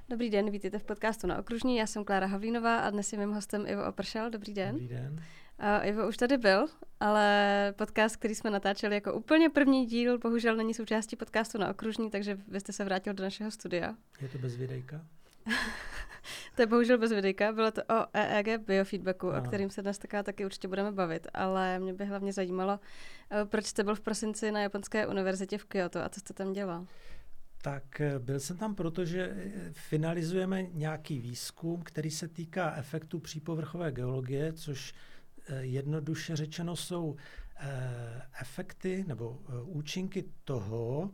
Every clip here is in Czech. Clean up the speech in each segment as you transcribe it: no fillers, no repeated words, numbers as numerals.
Dobrý den, vítejte v podcastu Na okružní. Já jsem Klára Havlínová a dnes je mým hostem Ivo Opršal. Dobrý den. Dobrý den. Ivo už tady byl, ale podcast, který jsme natáčeli jako úplně první díl, bohužel není součástí podcastu Na okružní, takže vy jste se vrátil do našeho studia. Je to bez videjka? To je bohužel bez videjka. Bylo to o EEG biofeedbacku, o kterým se dnes taky určitě budeme bavit, ale mě by hlavně zajímalo, proč jste byl v prosinci na Japonské univerzitě v Kyoto a co jste tam dělal? Tak byl jsem tam, protože finalizujeme nějaký výzkum, který se týká efektu přípovrchové geologie, což jednoduše řečeno jsou efekty nebo účinky toho,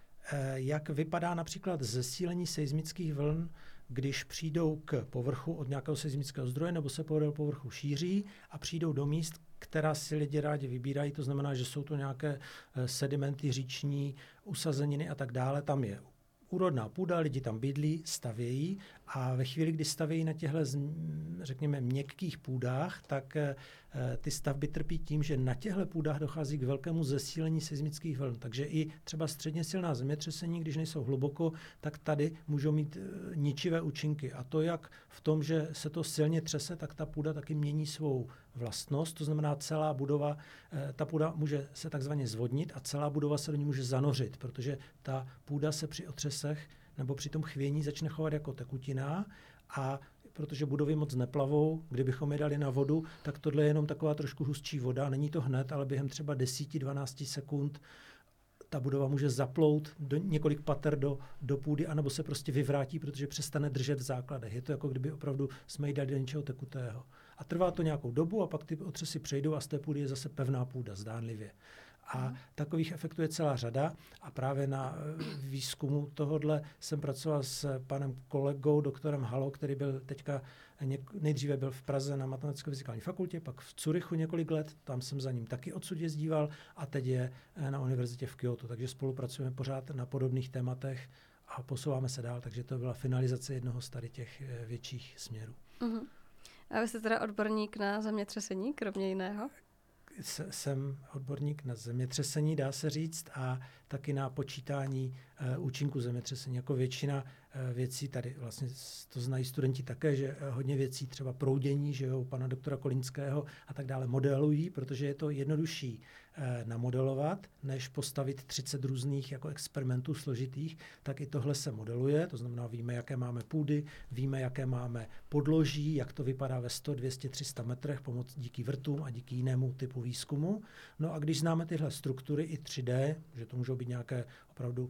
jak vypadá například zesílení seismických vln, když přijdou k povrchu od nějakého seismického zdroje nebo se podél povrchu šíří a přijdou do míst, která si lidi rádi vybírají, to znamená, že jsou to nějaké sedimenty říční, usazeniny a tak dále. Tam je úrodná půda, lidi tam bydlí, stavějí a ve chvíli, kdy stavějí na těchto, řekněme, měkkých půdách, tak ty stavby trpí tím, že na těchto půdách dochází k velkému zesílení seismických vln. Takže i třeba středně silná zemětřesení, když nejsou hluboko, tak tady můžou mít ničivé účinky. A to jak v tom, že se to silně třese, tak ta půda taky mění svou vlastnost, to znamená celá budova, ta půda může se takzvaně zvodnit a celá budova se do ní může zanořit, protože ta půda se při otřesech nebo při tom chvění začne chovat jako tekutina a protože budovy moc neplavou, kdybychom je dali na vodu, tak tohle je jenom taková trošku hustší voda, není to hned, ale během třeba 10-12 sekund ta budova může zaplout do několik pater do půdy, anebo se prostě vyvrátí, protože přestane držet v základech. Je to jako kdyby opravdu jsme ji dali do něčeho tekutého. A trvá to nějakou dobu a pak ty otřesy přejdou a z té půdy je zase pevná půda, zdánlivě. A takových efektů je celá řada a právě na výzkumu tohodle jsem pracoval s panem kolegou, doktorem Halo, který byl teďka, nejdříve byl v Praze na Matematicko-fyzikální fakultě, pak v Curychu několik let, tam jsem za ním taky odsud jezdíval a teď je na univerzitě v Kyoto, takže spolupracujeme pořád na podobných tématech a posouváme se dál, takže to byla finalizace jednoho z tady těch větších směrů. Uh-huh. A vy jste teda odborník na zemětřesení, kromě jiného? Jsem odborník na zemětřesení, dá se říct, a taky na počítání účinku zemětřesení. Jako většina věcí, tady vlastně to znají studenti také, že hodně věcí, třeba proudění, že jo, pana doktora Kolínského a tak dále modelují, protože je to jednodušší namodelovat, než postavit 30 různých jako experimentů složitých, tak i tohle se modeluje, to znamená, víme, jaké máme půdy, víme, jaké máme podloží, jak to vypadá ve 100, 200, 300 metrech díky vrtům a díky jinému typu výzkumu. No a když známe tyhle struktury i 3D, že to můžou být nějaké opravdu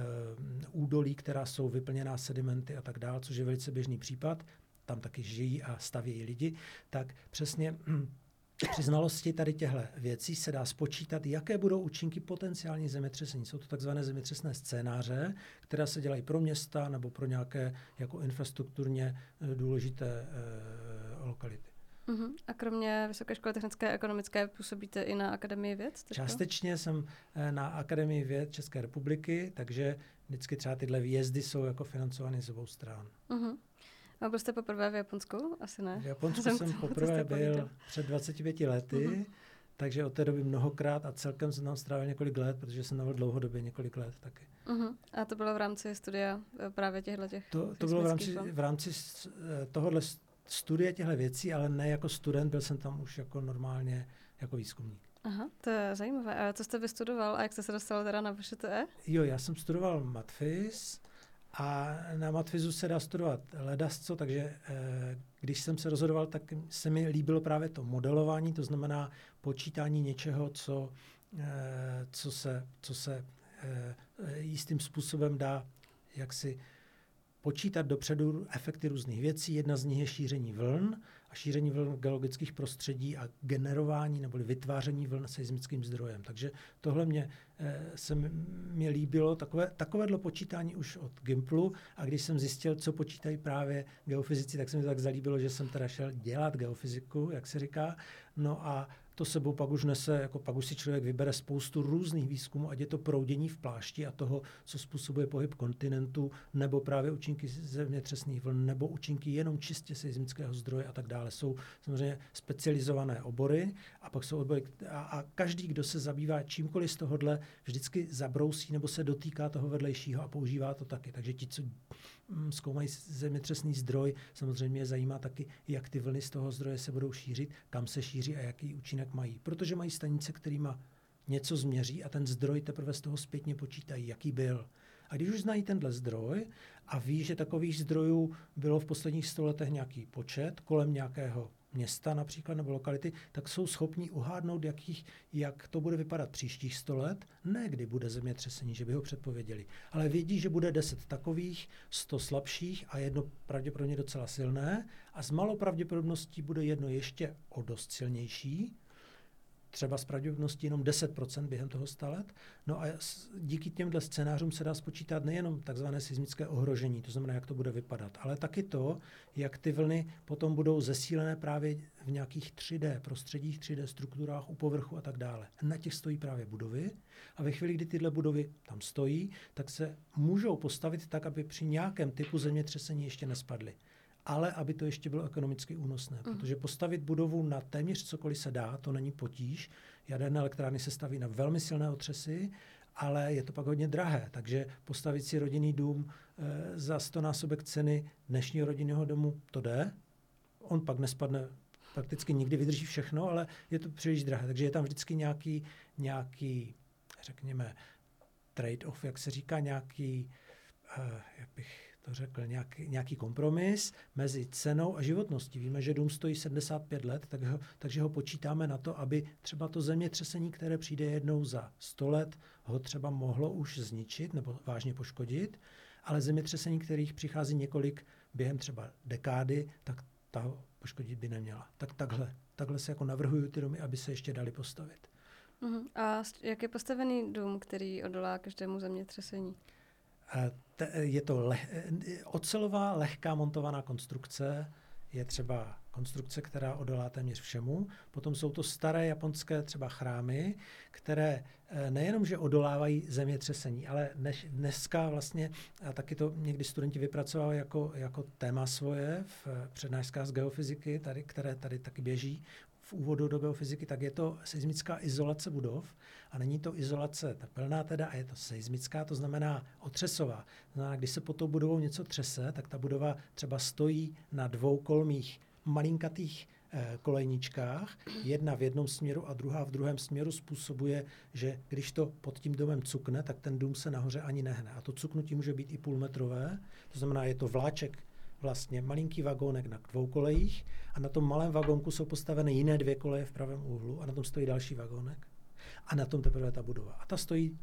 údolí, která jsou vyplněná sedimenty a tak dále, což je velice běžný případ, tam taky žijí a stavějí lidi, tak přesně při znalosti tady těchto věcí se dá spočítat, jaké budou účinky potenciální zemětřesení. Jsou to takzvané zemětřesné scénáře, které se dělají pro města nebo pro nějaké jako infrastrukturně důležité lokality. Uh-huh. A kromě Vysoké školy technické a ekonomické působíte i na Akademii věd? Částečně jsem na Akademii věd České republiky, takže vždycky třeba tyhle výjezdy jsou jako financovány z obou stran. Uh-huh. A byl jste poprvé v Japonsku? Asi ne. V Japonsku jsem poprvé byl před 25 lety, uh-huh. Takže od té doby mnohokrát a celkem jsem tam strávil několik let, protože jsem tam byl dlouhodobě několik let taky. Uh-huh. A to bylo v rámci studia právě těchto? To bylo v rámci tohohle studie těchto věcí, ale ne jako student, byl jsem tam už jako normálně jako výzkumník. Aha, to je zajímavé. A co jste vystudoval a jak jste se dostal teda na VŠTE? Jo, já jsem studoval matfiz a na matfizu se dá studovat ledasco, takže když jsem se rozhodoval, tak se mi líbilo právě to modelování, to znamená počítání něčeho, co se jistým způsobem dá jaksi počítat dopředu efekty různých věcí. Jedna z nich je šíření vln a šíření vln v geologických prostředí a generování nebo vytváření vln seismickým zdrojem. Takže tohle se mi líbilo, takovéhle počítání už od Gimplu, a když jsem zjistil, co počítají právě geofyzici, tak se mi to tak zalíbilo, že jsem teda šel dělat geofyziku, jak se říká. No a to sebou pak už nese, jako pak už si člověk vybere spoustu různých výzkumů, ať je to proudění v plášti a toho, co způsobuje pohyb kontinentu, nebo právě účinky zemětřesných vln, nebo účinky jenom čistě seismického zdroje a tak dále. Jsou samozřejmě specializované obory a pak jsou obory, a každý, kdo se zabývá čímkoliv z tohohle, vždycky zabrousí nebo se dotýká toho vedlejšího a používá to taky. Takže ti, co zkoumají zemětřesný zdroj. Samozřejmě je zajímá taky, jak ty vlny z toho zdroje se budou šířit, kam se šíří a jaký účinek mají. Protože mají stanice, kterýma něco změří a ten zdroj teprve z toho zpětně počítají, jaký byl. A když už znají tenhle zdroj a ví, že takových zdrojů bylo v posledních 100 letech nějaký počet kolem nějakého města například nebo lokality, tak jsou schopni uhádnout, jak to bude vypadat příštích 100 let. Ne kdy bude zemětřesení, že by ho předpověděli, ale vědí, že bude 10 takových, 100 slabších a jedno pravděpodobně docela silné a s malou pravděpodobností bude jedno ještě o dost silnější, třeba s pravděpodobností jenom 10% během toho 100 let. No a díky těmhle scénářům se dá spočítat nejenom takzvané seismické ohrožení, to znamená, jak to bude vypadat, ale taky to, jak ty vlny potom budou zesílené právě v nějakých 3D prostředích, 3D strukturách u povrchu a tak dále. Na těch stojí právě budovy a ve chvíli, kdy tyhle budovy tam stojí, tak se můžou postavit tak, aby při nějakém typu zemětřesení ještě nespadly. Ale aby to ještě bylo ekonomicky únosné, protože postavit budovu na téměř cokoliv se dá, to není potíž. Jaderné elektrárny se staví na velmi silné otřesy, ale je to pak hodně drahé, takže postavit si rodinný dům za 100násobek ceny dnešního rodinného domu, to jde. On pak nespadne, prakticky nikdy vydrží všechno, ale je to příliš drahé, takže je tam vždycky nějaký řekněme, trade-off, jak se říká, nějaký, jak bych to řekl, nějaký kompromis mezi cenou a životností. Víme, že dům stojí 75 let, takže ho počítáme na to, aby třeba to zemětřesení, které přijde jednou za 100 let, ho třeba mohlo už zničit nebo vážně poškodit, ale zemětřesení, kterých přichází několik během třeba dekády, tak ta poškodit by neměla. Tak takhle se jako navrhují ty domy, aby se ještě dali postavit. A jak je postavený dům, který odolá každému zemětřesení? Je to ocelová, lehká montovaná konstrukce, je třeba konstrukce, která odolá téměř všemu. Potom jsou to staré japonské třeba chrámy, které nejenom, že odolávají zemětřesení, ale dneska vlastně, a taky to někdy studenti vypracovávají jako téma svoje v přednáškách z geofyziky, které tady taky běží, v úvodu do geofyziky, tak je to seismická izolace budov a není to izolace tepelná teda a je to seismická, to znamená otřesová. To znamená, když se pod tou budovou něco třese, tak ta budova třeba stojí na dvoukolmých malinkatých kolejničkách, jedna v jednom směru a druhá v druhém směru způsobuje, že když to pod tím domem cukne, tak ten dům se nahoře ani nehne. A to cuknutí může být i půlmetrové, to znamená, je to vláček vlastně malinký vagónek na 2 kolejích a na tom malém vagónku jsou postaveny jiné 2 koleje v pravém úhlu a na tom stojí další vagónek. A na tom teprve ta budova. A ta stojí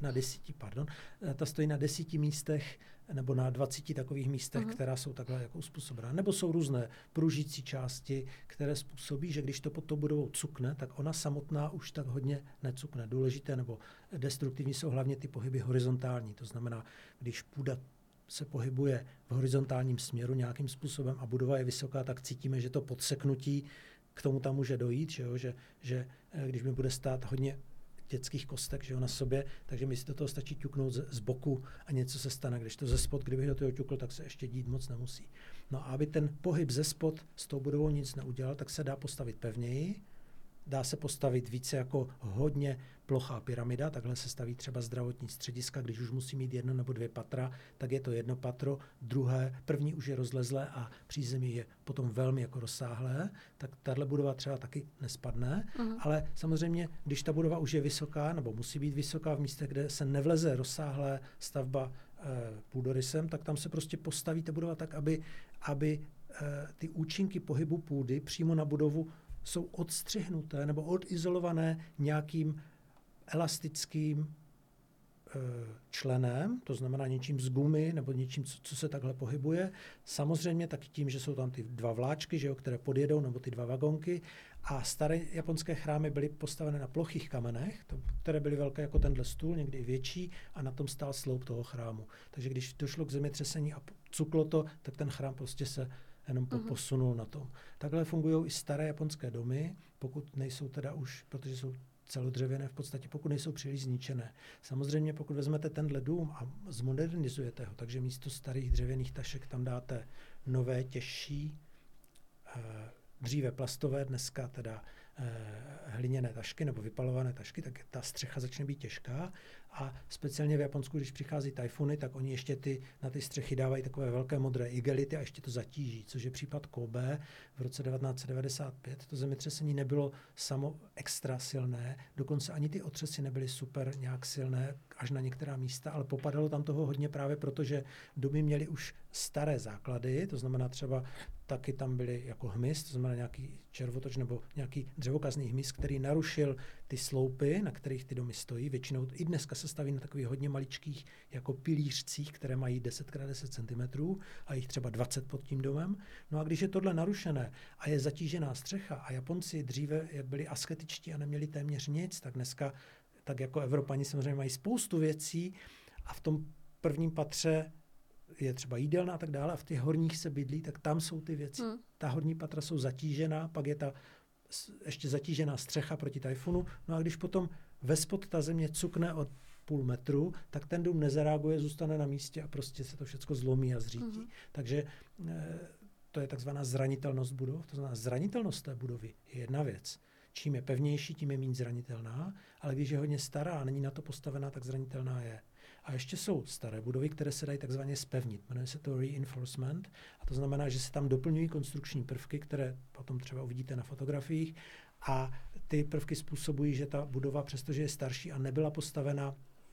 na 10 místech nebo na 20 takových místech, která jsou takhle jako uspůsobená. Nebo jsou různé pružící části, které způsobí, že když to pod tou budovou cukne, tak ona samotná už tak hodně necukne. Důležité nebo destruktivní jsou hlavně ty pohyby horizontální. To znamená, když půda se pohybuje v horizontálním směru nějakým způsobem a budova je vysoká, tak cítíme, že to podseknutí k tomu tam může dojít, že když mi bude stát hodně dětských kostek, že jo, na sobě, takže mi si do toho stačí ťuknout z boku a něco se stane. Když to ze spod, kdybych do toho ťukl, tak se ještě dít moc nemusí. No a aby ten pohyb ze spod s tou budovou nic neudělal, tak se dá postavit pevněji, dá se postavit více jako hodně plochá pyramida, takhle se staví třeba zdravotní střediska, když už musí mít 1 nebo 2 patra, tak je to 1 patro, první už je rozlezlé a přízemí je potom velmi jako rozsáhlé, tak tahle budova třeba taky nespadne, ale samozřejmě, když ta budova už je vysoká, nebo musí být vysoká v místech, kde se nevleze rozsáhlé stavba půdorysem, tak tam se prostě postaví ta budova tak, aby ty účinky pohybu půdy přímo na budovu jsou odstřihnuté nebo odizolované nějakým elastickým členem, to znamená něčím z gumy nebo něčím, co se takhle pohybuje. Samozřejmě tak tím, že jsou tam ty 2 vláčky, že jo, které podjedou, nebo ty 2 vagónky. A staré japonské chrámy byly postavené na plochých kamenech, které byly velké jako tenhle stůl, někdy i větší, a na tom stál sloup toho chrámu. Takže když došlo k zemětřesení a cuklo to, tak ten chrám prostě se jenom posunul na tom. Takhle fungují i staré japonské domy, pokud nejsou teda už, protože jsou celodřevěné v podstatě, pokud nejsou příliš zničené. Samozřejmě, pokud vezmete tenhle dům a zmodernizujete ho, takže místo starých dřevěných tašek tam dáte nové, těžší, dříve plastové, dneska teda hliněné tašky nebo vypalované tašky, tak ta střecha začne být těžká a speciálně v Japonsku, když přichází tajfuny, tak oni ještě na ty střechy dávají takové velké modré igelity a ještě to zatíží, což je případ Kobe v roce 1995. To zemětřesení nebylo samo extra silné, dokonce ani ty otřesy nebyly super nějak silné, až na některá místa, ale popadalo tam toho hodně právě proto, že domy měly už staré základy, to znamená třeba taky tam byly jako hmyz, to znamená nějaký červotoč nebo nějaký dřevokazný hmyz, který narušil ty sloupy, na kterých ty domy stojí. Většinou i dneska se staví na takových hodně maličkých jako pilířcích, které mají 10x10 cm a jich třeba 20 pod tím domem. No a když je tohle narušené a je zatížená střecha a Japonci dříve, jak byli asketičtí a neměli téměř nic, tak dneska, tak jako Evropani samozřejmě mají spoustu věcí a v tom prvním patře je třeba jídelna a tak dále a v těch horních se bydlí, tak tam jsou ty věci. Ta horní patra jsou zatížená, pak je ta ještě zatížená střecha proti tajfunu. No a když potom vespod ta země cukne od půl metru, tak ten dům nezareaguje, zůstane na místě a prostě se to všechno zlomí a zřítí. Takže to je takzvaná zranitelnost budov. To znamená, zranitelnost té budovy je jedna věc. Čím je pevnější, tím je méně zranitelná, ale když je hodně stará a není na to postavená, tak zranitelná je. A ještě jsou staré budovy, které se dají takzvaně zpevnit. Jmenuje se to reinforcement a to znamená, že se tam doplňují konstrukční prvky, které potom třeba uvidíte na fotografiích a ty prvky způsobují, že ta budova, přestože je starší a nebyla postavena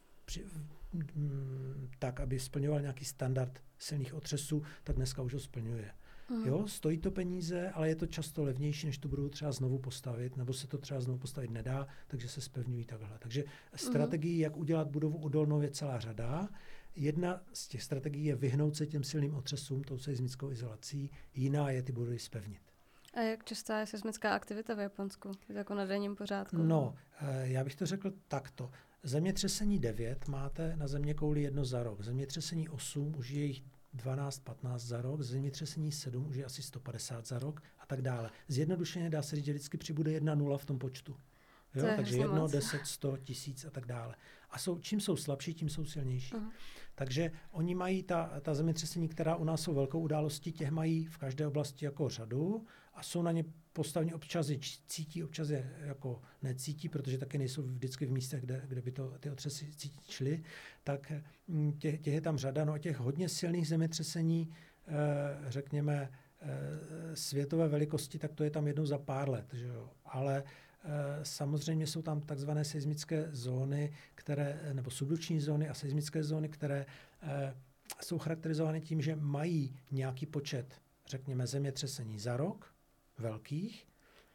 tak, aby splňoval nějaký standard silných otřesů, tak dneska už ho splňuje. Jo, stojí to peníze, ale je to často levnější, než to budou třeba znovu postavit, nebo se to třeba znovu postavit nedá, takže se zpevňují takhle. Takže strategií, jak udělat budovu odolnou, je celá řada. Jedna z těch strategií je vyhnout se těm silným otřesům, tou seismickou izolací, jiná je ty budovy zpevnit. A jak častá je seismická aktivita v Japonsku? Je to jako na denním pořádku? No, já bych to řekl takto. Zemětřesení 9 máte na zeměkouli 1 za rok. Zemětřesení 8 už je jich 12-15 za rok, zemětřesení 7 už je asi 150 za rok a tak dále. Zjednodušeně dá se říct, že vždycky přibude 1 0 v tom počtu. Jo? Takže 1, 10, 100, 1000 a tak dále. A čím jsou slabší, tím jsou silnější. Takže oni mají ta zemětřesení, která u nás jsou velkou událostí, těch mají v každé oblasti jako řadu a jsou na ně postaveni, občas je cítí, občas je jako necítí, protože taky nejsou vždycky v místech, kde by ty otřesy cítit šly, tak těch je tam řada. No a těch hodně silných zemětřesení, řekněme, světové velikosti, tak to je tam jednou za pár let. Že jo? Ale samozřejmě jsou tam takzvané seismické zóny, nebo subduční zóny a seismické zóny, které jsou charakterizovány tím, že mají nějaký počet, řekněme, zemětřesení za rok, velkých,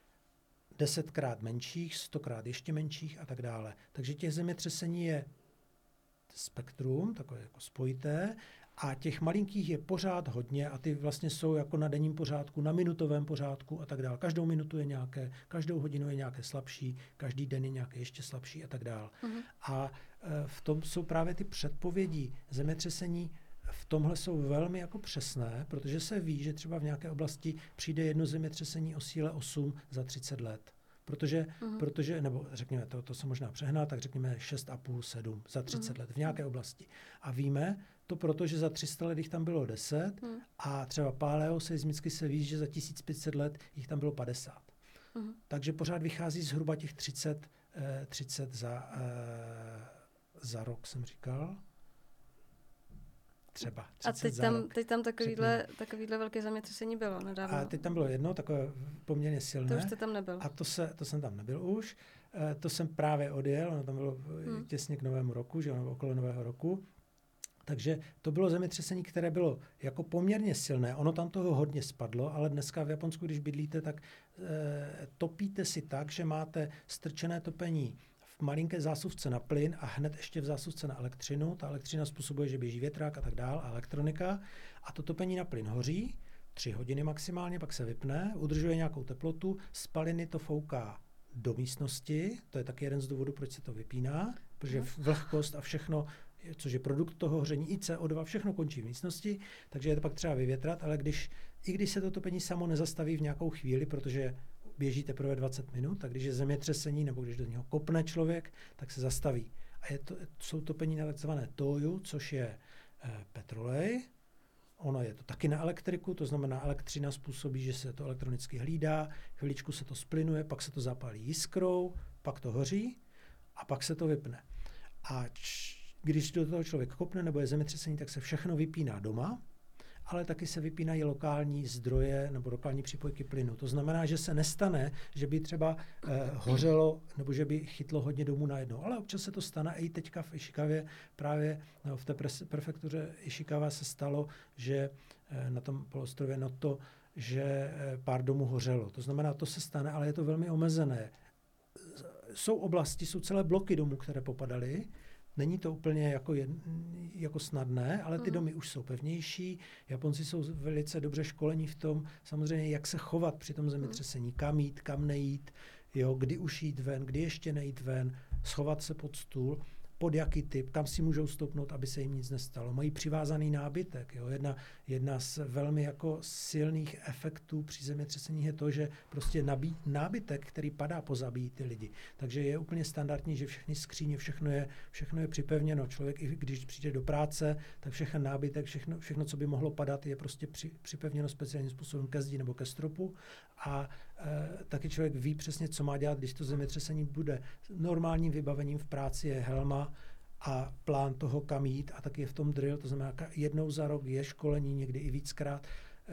10krát menších, 100krát ještě menších a tak dále. Takže těch zemětřesení je spektrum, takové jako spojité, a těch malinkých je pořád hodně a ty vlastně jsou jako na denním pořádku, na minutovém pořádku a tak dále. Každou minutu je nějaké, každou hodinu je nějaké slabší, každý den je nějaké ještě slabší a tak dále. A v tom jsou právě ty předpovědi zemětřesení, v tomhle jsou velmi jako přesné, protože se ví, že třeba v nějaké oblasti přijde jedno zemětřesení o síle 8 za 30 let. Protože, nebo řekněme, to se možná přehná, tak řekněme 6,5, 7 za 30 let v nějaké oblasti. A víme to proto, že za 300 let jich tam bylo 10 a třeba paleoseismicky se ví, že za 1500 let jich tam bylo 50. Takže pořád vychází zhruba těch 30 za rok, jsem říkal. Třeba 30 a teď tam takovýhle velké zemětřesení bylo nedávno. A teď tam bylo jedno, takové poměrně silné. To už jste tam nebyl. A to jsem tam nebyl už. To jsem právě odjel, ono tam bylo těsně k Novému roku, že okolo Nového roku. Takže to bylo zemětřesení, které bylo jako poměrně silné. Ono tam toho hodně spadlo, ale dneska v Japonsku, když bydlíte, tak topíte si tak, že máte strčené topení v malinké zásuvce na plyn a hned ještě v zásuvce na elektřinu. Ta elektřina způsobuje, že běží větrák a tak dál a elektronika. A to topení na plyn hoří 3 hodiny maximálně, pak se vypne, udržuje nějakou teplotu, z paliny to fouká do místnosti. To je taky jeden z důvodů, proč se to vypíná, protože vlhkost a všechno, což je produkt toho hoření, i CO2, všechno končí v místnosti, takže je to pak třeba vyvětrat, ale i když se to topení samo nezastaví v nějakou chvíli, protože běží teprve 20 minut, tak když je zemětřesení nebo když do něho kopne člověk, tak se zastaví. A jsou topení na takzvané toju, což je petrolej. Ono je to taky na elektriku, to znamená, elektřina způsobí, že se to elektronicky hlídá, chviličku se to splynuje, pak se to zapálí jiskrou, pak to hoří a pak se to vypne. A když do toho člověk kopne nebo je zemětřesení, tak se všechno vypíná doma, ale taky se vypínají lokální zdroje nebo lokální přípojky plynu. To znamená, že se nestane, že by třeba hořelo nebo že by chytlo hodně domů najednou. Ale občas se to stane. I teďka v Ishikavě právě v té prefektuře Ishikawa se stalo, že na tom poloostrově Noto, že pár domů hořelo. To znamená, to se stane, ale je to velmi omezené. Jsou oblasti, jsou celé bloky domů, které popadaly. Není to úplně jako snadné, ale ty domy už jsou pevnější. Japonci jsou velice dobře školení v tom, samozřejmě, jak se chovat při tom zemětřesení, kam jít, kam nejít, jo, kdy už jít ven, kdy ještě nejít ven, schovat se pod stůl, pod jaký typ, kam si můžou stoupnout, aby se jim nic nestalo. Mají přivázaný nábytek. Jo. Jedna z velmi jako silných efektů při zemětřesení je to, že prostě nábytek, který padá, pozabíjí ty lidi. Takže je úplně standardní, že všechny skříně, všechno je připevněno. Člověk, i když přijde do práce, tak všechen nábytek, všechno, co by mohlo padat, je prostě připevněno speciálním způsobem ke zdi nebo ke stropu. A taky člověk ví přesně, co má dělat, když to zemětřesení bude. Normálním vybavením v práci je helma a plán toho, kam jít, a taky je v tom drill, to znamená, jednou za rok je školení, někdy i víckrát,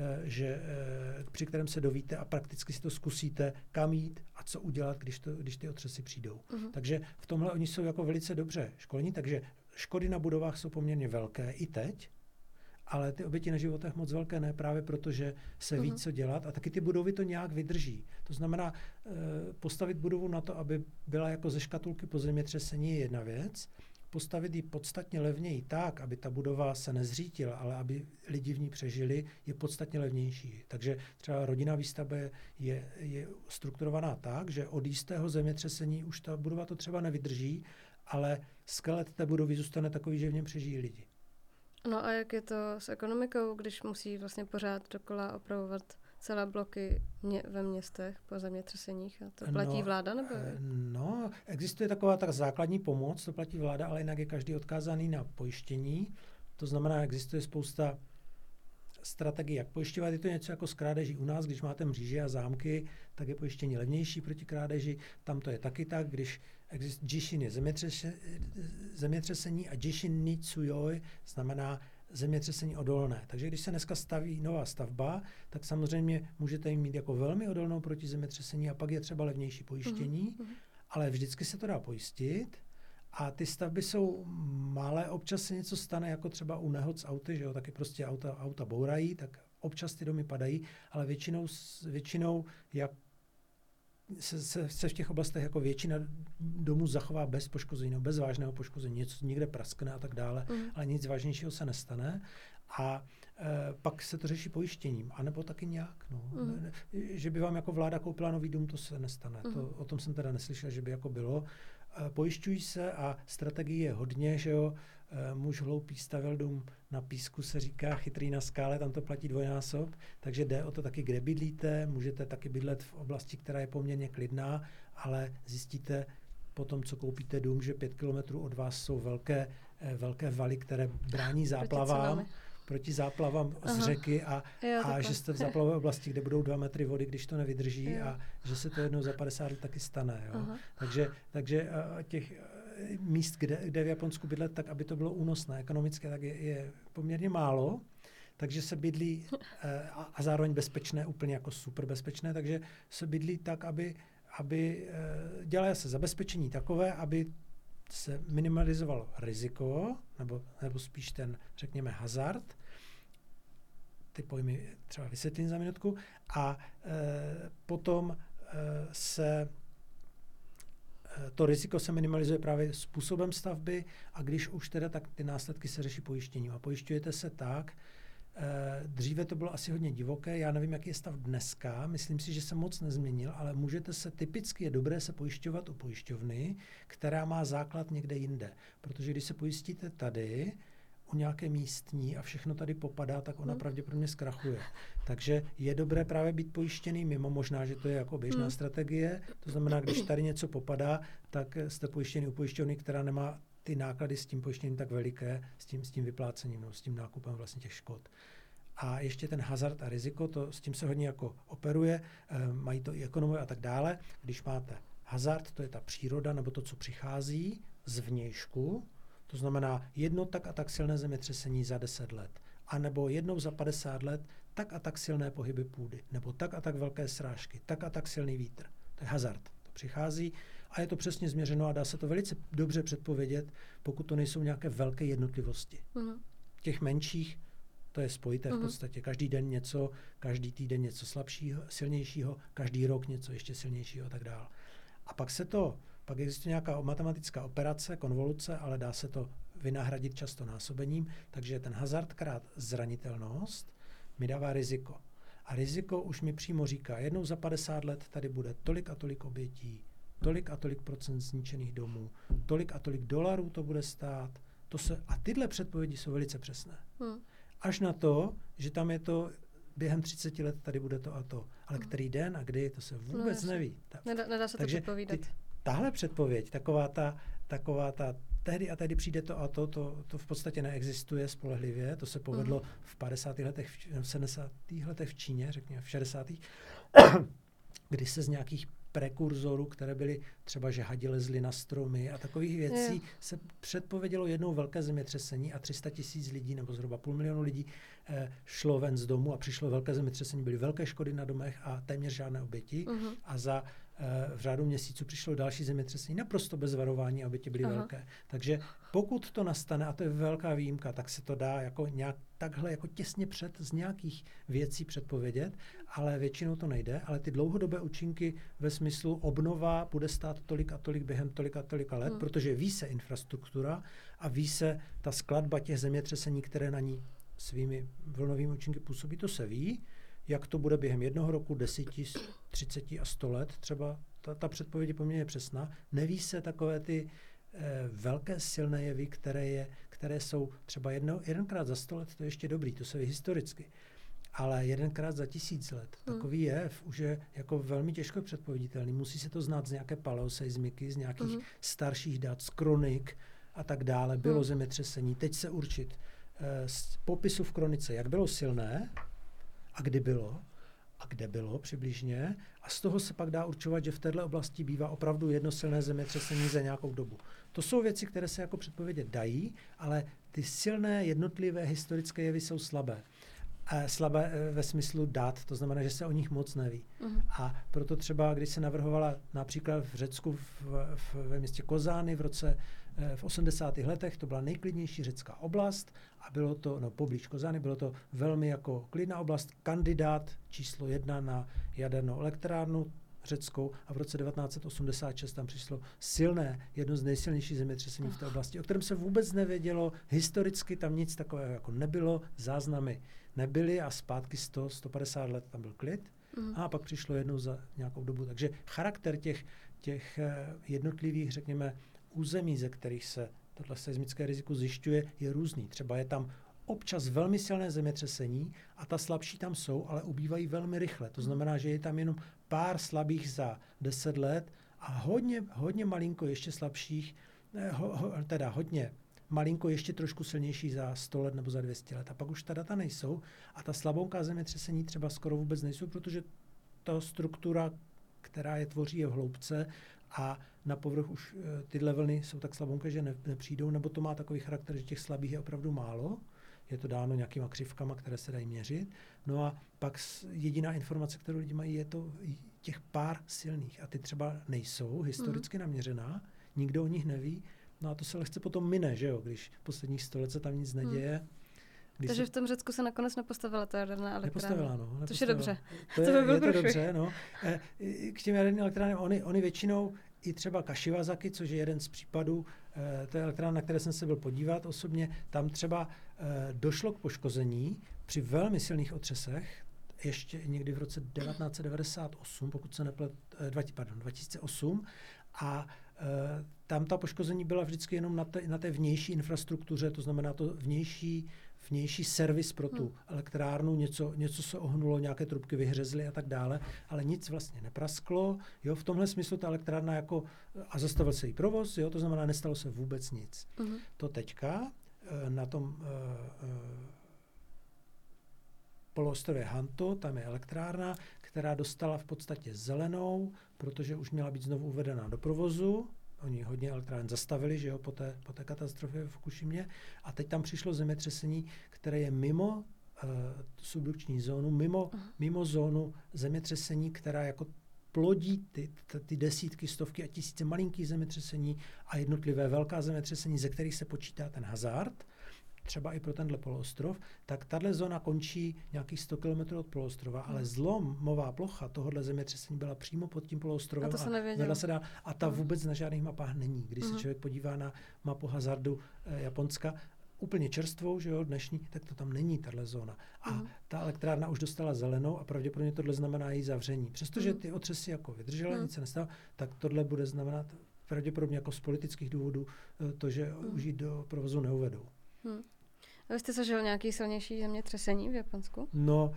při kterém se dovíte a prakticky si to zkusíte, kam jít a co udělat, když ty otřesy přijdou. Takže v tomhle oni jsou jako velice dobře školení, takže škody na budovách jsou poměrně velké i teď, ale ty oběti na životech moc velké ne, právě protože se ví, co dělat, a taky ty budovy to nějak vydrží. To znamená, postavit budovu na to, aby byla jako ze škatulky po zemětřesení, je jedna věc. Postavit ji podstatně levněji tak, aby ta budova se nezřítila, ale aby lidi v ní přežili, je podstatně levnější. Takže třeba rodinná výstavba je strukturovaná tak, že od jistého zemětřesení už ta budova to třeba nevydrží, ale skelet té budovy zůstane takový, že v něm přežijí lidi. No a jak je to s ekonomikou, když musí vlastně pořád dokola opravovat celé bloky ve městech po zemětřeseních? A to platí vláda, nebo? No, existuje taková tak základní pomoc, to platí vláda, ale jinak je každý odkázaný na pojištění. To znamená, existuje spousta strategií, jak pojišťovat. Je to něco jako s krádeží u nás, když máte mříže a zámky, tak je pojištění levnější proti krádeži. Tam to je taky tak, když Jishin je zemětřesení a Jishin ni tsuyoi znamená zemětřesení odolné. Takže když se dneska staví nová stavba, tak samozřejmě můžete ji mít jako velmi odolnou proti zemětřesení a pak je třeba levnější pojištění, ale vždycky se to dá pojistit. A ty stavby jsou malé, občas se něco stane, jako třeba u nehod s auty, že jo, taky prostě auta bourají, tak občas ty domy padají, ale většinou jak se v těch oblastech jako většina domů zachová bez poškození, no, bez vážného poškození, něco někde praskne a tak dále, ale nic vážnějšího se nestane. A pak se to řeší pojištěním, anebo taky nějak. No. Že by vám jako vláda koupila nový dům, to se nestane. O tom jsem teda neslyšel, že by jako bylo. Pojišťují se a strategie je hodně, že jo. Muž hloupý stavěl dům na písku, se říká, chytrý na skále, tam to platí dvojnásob, takže jde o to taky, kde bydlíte, můžete taky bydlet v oblasti, která je poměrně klidná, ale zjistíte potom, co koupíte dům, že 5 kilometrů od vás jsou velké valy, které brání záplavám, proti záplavám z řeky a že jste v záplavové oblasti, kde budou 2 metry vody, když to nevydrží, a že se to jednou za 50 let taky stane. Jo? Takže těch míst, kde v Japonsku bydlet, tak aby to bylo únosné ekonomické, tak je poměrně málo, takže se bydlí a zároveň bezpečné, úplně jako super bezpečné, takže se bydlí tak, aby dělá se zabezpečení takové, aby se minimalizovalo riziko, nebo spíš ten, řekněme, hazard. Ty pojmy třeba vysvětlím za minutku. A potom se to riziko se minimalizuje právě způsobem stavby, a když už teda, tak ty následky se řeší pojištěním. A pojišťujete se tak, dříve to bylo asi hodně divoké, já nevím, jaký je stav dneska, myslím si, že se moc nezměnil, ale typicky je dobré se pojišťovat u pojišťovny, která má základ někde jinde. Protože když se pojistíte tady, u nějaké místní a všechno tady popadá, tak ona pravděpodobně zkrachuje. Takže je dobré právě být pojištěný mimo, možná, že to je jako běžná strategie. To znamená, když tady něco popadá, tak jste pojištěný u pojišťovny, která nemá ty náklady s tím pojištěním tak veliké, s tím vyplácením, no, s tím nákupem vlastně těch škod. A ještě ten hazard a riziko, s tím se hodně jako operuje, mají to i ekonomové a tak dále. Když máte hazard, to je ta příroda nebo to, co přichází zvnějšku, to znamená jedno tak a tak silné zemětřesení za 10 let, anebo jednou za 50 let tak a tak silné pohyby půdy, nebo tak a tak velké srážky, tak a tak silný vítr. To je hazard. To přichází a je to přesně změřeno a dá se to velice dobře předpovědět, pokud to nejsou nějaké velké jednotlivosti. Těch menších to je spojité v podstatě. Každý den něco, každý týden něco slabšího, silnějšího, každý rok něco ještě silnějšího a tak dále. A pak existuje nějaká matematická operace, konvoluce, ale dá se to vynahradit často násobením, takže ten hazard krát zranitelnost mi dává riziko. A riziko už mi přímo říká, jednou za 50 let tady bude tolik a tolik obětí, tolik a tolik procent zničených domů, tolik a tolik dolarů to bude stát. A tyhle předpovědi jsou velice přesné. Až na to, že tam je to během 30 let tady bude to a to. Ale který den a kdy, to se vůbec neví. Nedá se to předpovídat. Tahle předpověď, taková ta tehdy a tehdy přijde to a to v podstatě neexistuje spolehlivě. To se povedlo v 50. letech, v 70. letech v Číně, řekněme v 60. kdy se z nějakých prekurzorů, které byly třeba, že hadi lezli na stromy a takových věcí, se předpovědělo jednou velké zemětřesení a 300 000 lidí nebo zhruba 500 000 lidí šlo ven z domu a přišlo velké zemětřesení, byly velké škody na domech a téměř žádné oběti. A v řádu měsíců přišlo další zemětřesení, naprosto bez varování, oběti byly velké. Takže pokud to nastane, a to je velká výjimka, tak se to dá jako nějak takhle jako těsně před z nějakých věcí předpovědět, ale většinou to nejde. Ale ty dlouhodobé účinky ve smyslu obnova bude stát tolik a tolik během tolika a tolika let, protože ví se infrastruktura a ví se ta skladba těch zemětřesení, které na ní svými vlnovými účinky působí, to se ví. Jak to bude během jednoho roku, 10, 30 a 100 let, třeba ta předpověď je poměrně přesná. Neví se takové ty velké silné jevy, které jsou třeba jedenkrát za 100 let, to je ještě dobrý, to se ví historicky. Ale jedenkrát za 1000 let. Takový jev už je jako velmi těžko předpověditelný. Musí se to znát z nějaké paleoseismiky, z nějakých starších dat, z kronik a tak dále. Bylo zemětřesení. Teď se určit z popisu v kronice, jak bylo silné a kdy bylo a kde bylo přibližně. A z toho se pak dá určovat, že v této oblasti bývá opravdu jedno silné zemětřesení za nějakou dobu. To jsou věci, které se jako předpovědět dají, ale ty silné jednotlivé historické jevy jsou slabé. Slabé ve smyslu dat, to znamená, že se o nich moc neví. A proto třeba, když se navrhovala například v Řecku ve městě Kozány v 80. letech, to byla nejklidnější řecká oblast a bylo to, poblíž Kozány, bylo to velmi jako klidná oblast, kandidát číslo 1 na jadernou elektrárnu řeckou a v roce 1986 tam přišlo jedno z nejsilnějších zemětřesení v té oblasti, o kterém se vůbec nevědělo, historicky tam nic takového jako nebylo, záznamy nebyly a zpátky 100-150 let tam byl klid a pak přišlo jednou za nějakou dobu. Takže charakter těch jednotlivých, řekněme, území, ze kterých se tohle seismické riziko zjišťuje, je různý. Třeba je tam občas velmi silné zemětřesení a ta slabší tam jsou, ale ubývají velmi rychle. To znamená, že je tam jenom pár slabých za 10 let a hodně malinko ještě slabších, hodně malinko ještě trošku silnější za 100 let nebo za 200 let. A pak už ta data nejsou a ta slabonká zemětřesení třeba skoro vůbec nejsou, protože ta struktura, která je tvoří, je v hloubce a na povrch už tyhle vlny jsou tak slabonké, že nepřijdou, nebo to má takový charakter, že těch slabých je opravdu málo. Je to dáno nějakýma křivkama, které se dají měřit. No a pak jediná informace, kterou lidi mají, je to těch pár silných. A ty třeba nejsou historicky naměřená, nikdo o nich neví. No a to se lehce potom mine, že jo, když posledních 100 let se tam nic neděje. Takže v tom Řecku se nakonec nepostavila ta jaderná elektrárna. Nepostavila. To je dobře. Je to dobře, no. K těm jaderným elektrárnám, oni většinou i třeba Kashiwazaki, což je jeden z případů, to je elektrárna, na které jsem se byl podívat osobně, tam třeba došlo k poškození při velmi silných otřesech, ještě někdy v roce 1998, pokud se neplet, 2008, a tam ta poškození byla vždycky jenom na té vnější infrastruktuře, to znamená to vnější servis pro tu elektrárnu, něco se ohnulo, nějaké trubky vyhřezly a tak dále, ale nic vlastně neprasklo. Jo, v tomhle smyslu ta elektrárna a zastavil se jí provoz, jo, to znamená, nestalo se vůbec nic. To teďka na tom poloostrově Hanto, tam je elektrárna, která dostala v podstatě zelenou, protože už měla být znovu uvedena do provozu. Oni hodně elektráren zastavili, že jo, po té katastrofě v Fukushimě. A teď tam přišlo zemětřesení, které je mimo subdukční zónu, mimo zónu zemětřesení, která jako plodí ty desítky, stovky a tisíce malinkých zemětřesení a jednotlivé velká zemětřesení, ze kterých se počítá ten hazard, třeba i pro tenhle poloostrov, tak tahle zóna končí nějakých 100 km od poloostrova, ale zlomová plocha tohohle zemětřesení byla přímo pod tím poloostrovem a ta vůbec na žádných mapách není. Když se člověk podívá na mapu hazardu Japonska, úplně čerstvou, že jo, dnešní, tak to tam není, tahle zóna. A ta elektrárna už dostala zelenou a pravděpodobně tohle znamená její zavření. Přestože ty otřesy jako vydržela, nic se nestalo, tak tohle bude znamenat pravděpodobně jako z politických důvodů to, že už ji do provozu neuvedou. A vy jste zažil nějaký silnější zemětřesení v Japonsku? No,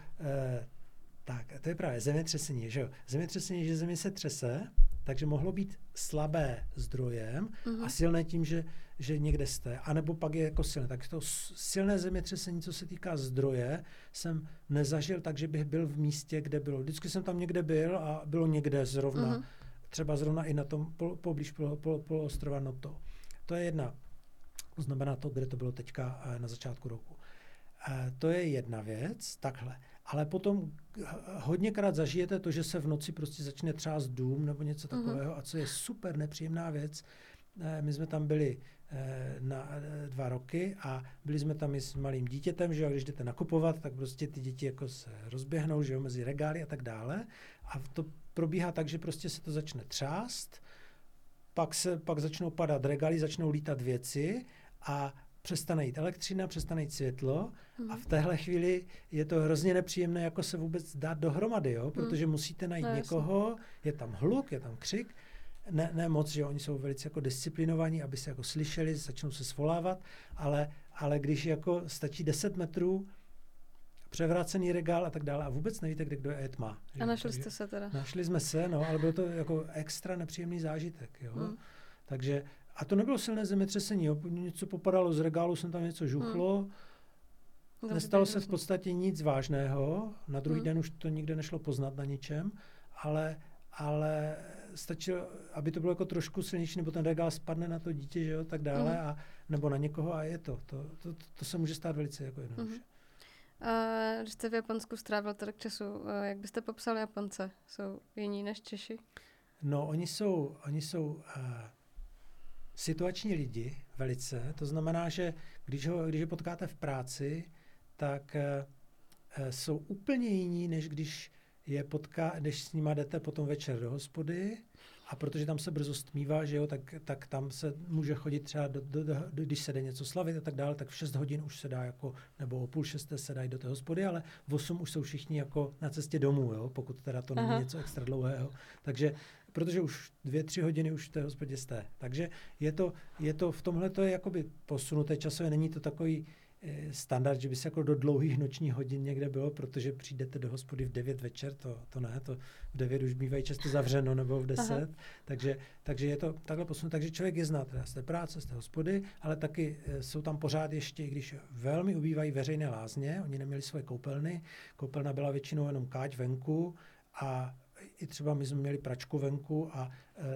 tak, to je právě zemětřesení, že jo. Zemětřesení, že země se třese, takže mohlo být slabé zdrojem a silné tím, že někde jste, anebo pak je jako silné. Tak to silné zemětřesení, co se týká zdroje, jsem nezažil tak, že bych byl v místě, kde bylo. Vždycky jsem tam někde byl a bylo někde zrovna, třeba zrovna i na tom poblíž poloostrova Noto. To je jedna. To znamená to, kde to bylo teďka na začátku roku. To je jedna věc, takhle. Ale potom hodněkrát zažijete to, že se v noci prostě začne třást dům nebo něco takového, a co je super nepříjemná věc. My jsme tam byli na 2 roky a byli jsme tam i s malým dítětem, že jo, když jdete nakupovat, tak prostě ty děti jako se rozběhnou, že jo, mezi regály a tak dále. A to probíhá tak, že prostě se to začne třást, pak začnou padat regály, začnou lítat věci a přestane jít elektřina, přestane jít světlo a v téhle chvíli je to hrozně nepříjemné jako se vůbec dát dohromady, jo? Protože musíte najít někoho, je tam hluk, je tam křik, ne moc, že oni jsou velice jako disciplinovaní, aby se jako slyšeli, začnou se svolávat, ale když jako stačí 10 metrů, převrácený regál a tak dále a vůbec nevíte, kde kdo je tma. A našli jste se teda? Našli jsme se, no, ale byl to jako extra nepříjemný zážitek, jo. Takže, a to nebylo silné zemětřesení, jo. Něco popadalo z regálu, jsem tam něco žuchlo. Nestalo se v podstatě nic vážného, na druhý den už to nikde nešlo poznat na ničem, ale stačilo, aby to bylo jako trošku silnější, nebo ten regál spadne na to dítě, že jo, tak dále, a nebo na někoho a je to. To se může stát velice jako jednoduše. Když jste v Japonsku strávil tolik času, jak byste popsal Japonce? Jsou jiní než Češi? No, oni jsou situační lidi velice. To znamená, že když je potkáte v práci, tak jsou úplně jiní, než když s nima jdete potom večer do hospody. A protože tam se brzo stmívá, že jo, tak tam se může chodit třeba, když se jde něco slavit a tak dále, tak v 6 hodin už se dá jako, nebo o 5:30 se dají do té hospody, ale v 8 už jsou všichni jako na cestě domů, jo, pokud teda to není něco extra dlouhého. Takže, protože už 2-3 hodiny už v té hospodě jste. Takže je to v tomhle to je jakoby posunuté časově, není to takový standard, že by se jako do dlouhých nočních hodin někde bylo, protože přijdete do hospody v 9 večer, to ne, to v 9 už bývají často zavřeno nebo v 10, takže je to takhle posunuté, takže člověk je zná teda z té práce, z té hospody, ale taky jsou tam pořád ještě, i když velmi ubývají veřejné lázně, oni neměli svoje koupelny, koupelna byla většinou jenom káť venku a i třeba my jsme měli pračku venku a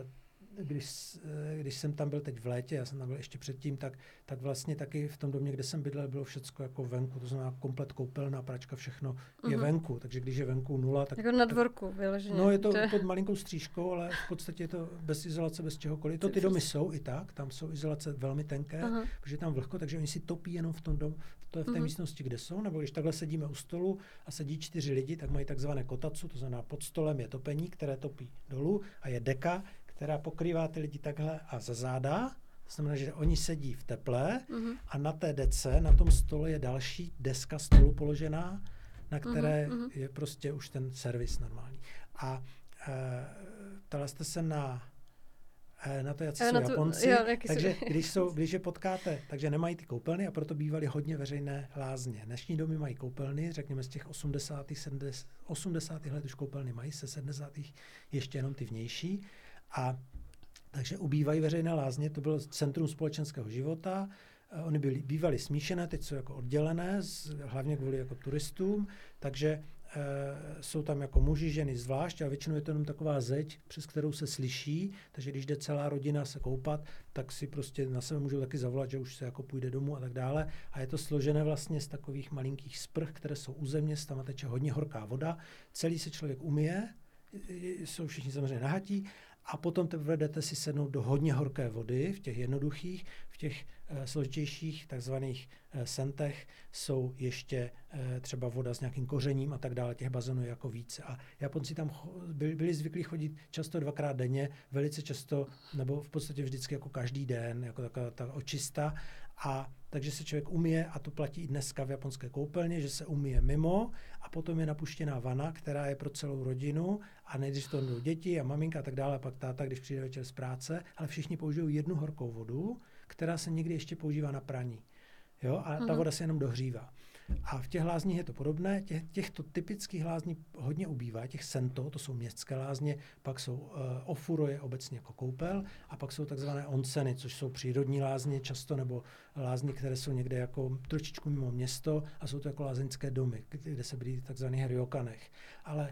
když jsem tam byl teď v létě, já jsem tam byl ještě předtím, tak vlastně taky v tom domě, kde jsem bydlel, bylo všecko jako venku, to znamená komplet koupelna, pračka, všechno je venku, takže když je venku 0, tak... Jako na dvorku vyloženě. No je to pod malinkou střížkou, ale v podstatě je to bez izolace, bez čehokoliv. To ty domy jsou i tak, tam jsou izolace velmi tenké, protože je tam vlhko, takže oni si topí jenom v tom domu, v té místnosti, kde jsou, nebo když takhle sedíme u stolu a sedí 4 lidi, tak mají takzvané kotatsu, to znamená pod stolem je topení, které topí dolů a je deka, která pokrývá ty lidi takhle a za záda. To znamená, že oni sedí v teple a na té dece, na tom stole je další deska stolu položená, na které je prostě už ten servis normální. A ptala jste se na to, jak jsou Japonci, takže když je potkáte, takže nemají ty koupelny a proto bývaly hodně veřejné lázně. Dnešní domy mají koupelny, řekněme z těch 80. let už koupelny mají, se 70. ještě jenom ty vnější. A takže ubývají veřejné lázně, to bylo centrum společenského života, Oni bývaly smíšené, teď jsou jako oddělené, hlavně kvůli jako turistům, takže jsou tam jako muži, ženy zvlášť a většinou je to jenom taková zeď, přes kterou se slyší, takže když jde celá rodina se koupat, tak si prostě na sebe můžou taky zavolat, že už se jako půjde domů a tak dále. A je to složené vlastně z takových malinkých sprch, které jsou u země, tam teče hodně horká voda, celý se člověk umyje, jsou všichni samozřejmě nahatí, a potom teprve jdete si sednout do hodně horké vody, v těch jednoduchých, v těch složitějších takzvaných sentech jsou ještě třeba voda s nějakým kořením a tak dále, těch bazénů je jako více. A Japonci tam byli zvyklí chodit často 2krát denně, velice často, nebo v podstatě vždycky jako každý den, jako taková ta očista. A takže se člověk umyje, a to platí i dneska v japonské koupelně, že se umyje mimo a potom je napuštěná vana, která je pro celou rodinu a nejdřív to jdou děti a maminka a tak dále, a pak táta, když přijde večer z práce, ale všichni používají jednu horkou vodu, která se někdy ještě používá na praní. Jo? A ta voda se jenom dohřívá. A v těch lázních je to podobné. Těchto typických lázní hodně ubývá. Těch sento, to jsou městské lázně, pak jsou ofuro je obecně jako koupel, a pak jsou takzvané onseny, což jsou přírodní lázně často, nebo lázně, které jsou někde jako trošičku mimo město, a jsou to jako lázeňské domy, kde se bydlí v takzvaných ryokanech. Ale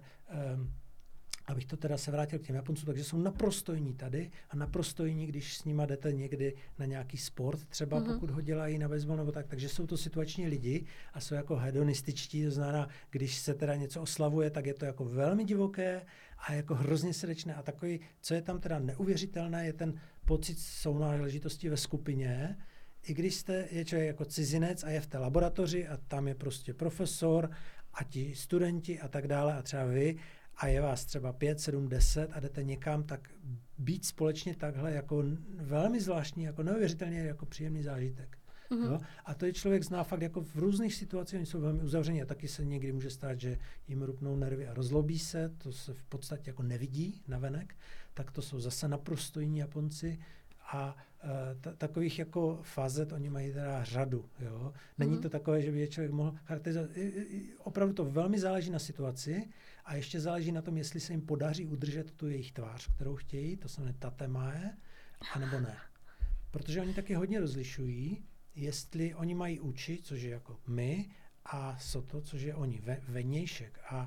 abych to teda se vrátil k těm Japoncům, takže jsou naprosto jiní tady a naprosto jiní, když s nima jdete někdy na nějaký sport, třeba pokud ho dělají na baseball nebo tak, takže jsou to situační lidi a jsou jako hedonističtí, to znamená, když se teda něco oslavuje, tak je to jako velmi divoké a jako hrozně srdečné, a takový, co je tam teda neuvěřitelné, je ten pocit sounáležitosti ve skupině, i když je člověk jako cizinec a je v té laboratoři a tam je prostě profesor a ti studenti a tak dále a třeba vy, a je vás třeba 5, 7, 10 a jdete někam, tak být společně takhle jako velmi zvláštní, jako neuvěřitelně jako příjemný zážitek. Jo? A to je člověk zná fakt jako v různých situacích, oni jsou velmi uzavření a taky se někdy může stát, že jim rupnou nervy a rozlobí se, to se v podstatě jako nevidí navenek, tak to jsou zase naprosto jiní Japonci. A takových jako fazet oni mají teda řadu. Jo? Není to takové, že by je člověk mohl charakterizovat. Opravdu to velmi záleží na situaci a ještě záleží na tom, jestli se jim podaří udržet tu jejich tvář, kterou chtějí, to se jmenuje tatemae, anebo ne. Protože oni taky hodně rozlišují, jestli oni mají uči, což je jako my, a soto, což je oni, vnějšek. A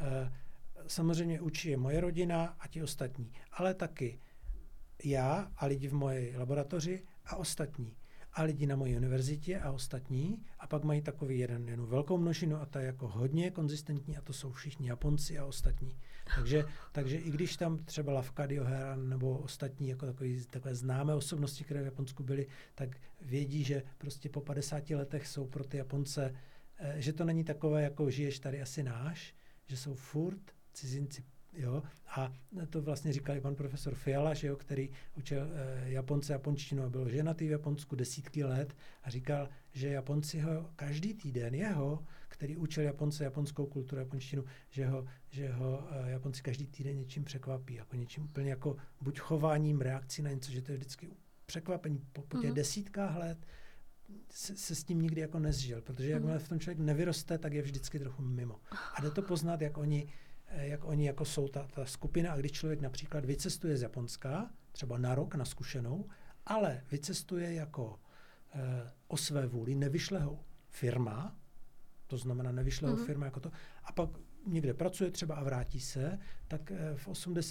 samozřejmě uči je moje rodina a ti ostatní, ale taky já a lidi v mojej laboratoři a ostatní. A lidi na mojí univerzitě a ostatní. A pak mají takový jednu velkou množinu a ta je jako hodně konzistentní a to jsou všichni Japonci a ostatní. Takže i když tam třeba Lafcadio Heran nebo ostatní jako takové známé osobnosti, které v Japonsku byly, tak vědí, že prostě po 50 letech jsou pro ty Japonce, že to není takové, jako žiješ tady asi náš, že jsou furt cizinci. Jo? A to vlastně říkal i pan profesor Fiala, že jo, který učil Japonce japonštinu a byl ženatý v Japonsku desítky let a říkal, že Japonci ho každý týden, který učil Japonce japonskou kulturu, japonštinu, že ho Japonci každý týden něčím překvapí, jako něčím úplně jako buď chováním, reakcí na něco, že to je vždycky překvapení po těch desítkách let, se s tím nikdy jako nezžil, protože jakmile v tom člověk nevyroste, tak je vždycky trochu mimo. A jde to poznat, jak oni jako jsou ta skupina, a když člověk například vycestuje z Japonska, třeba na rok, na zkušenou, ale vycestuje jako o své vůli, nevyšle ho firma, to znamená nevyšle ho firma jako to, a pak někde pracuje třeba a vrátí se, tak v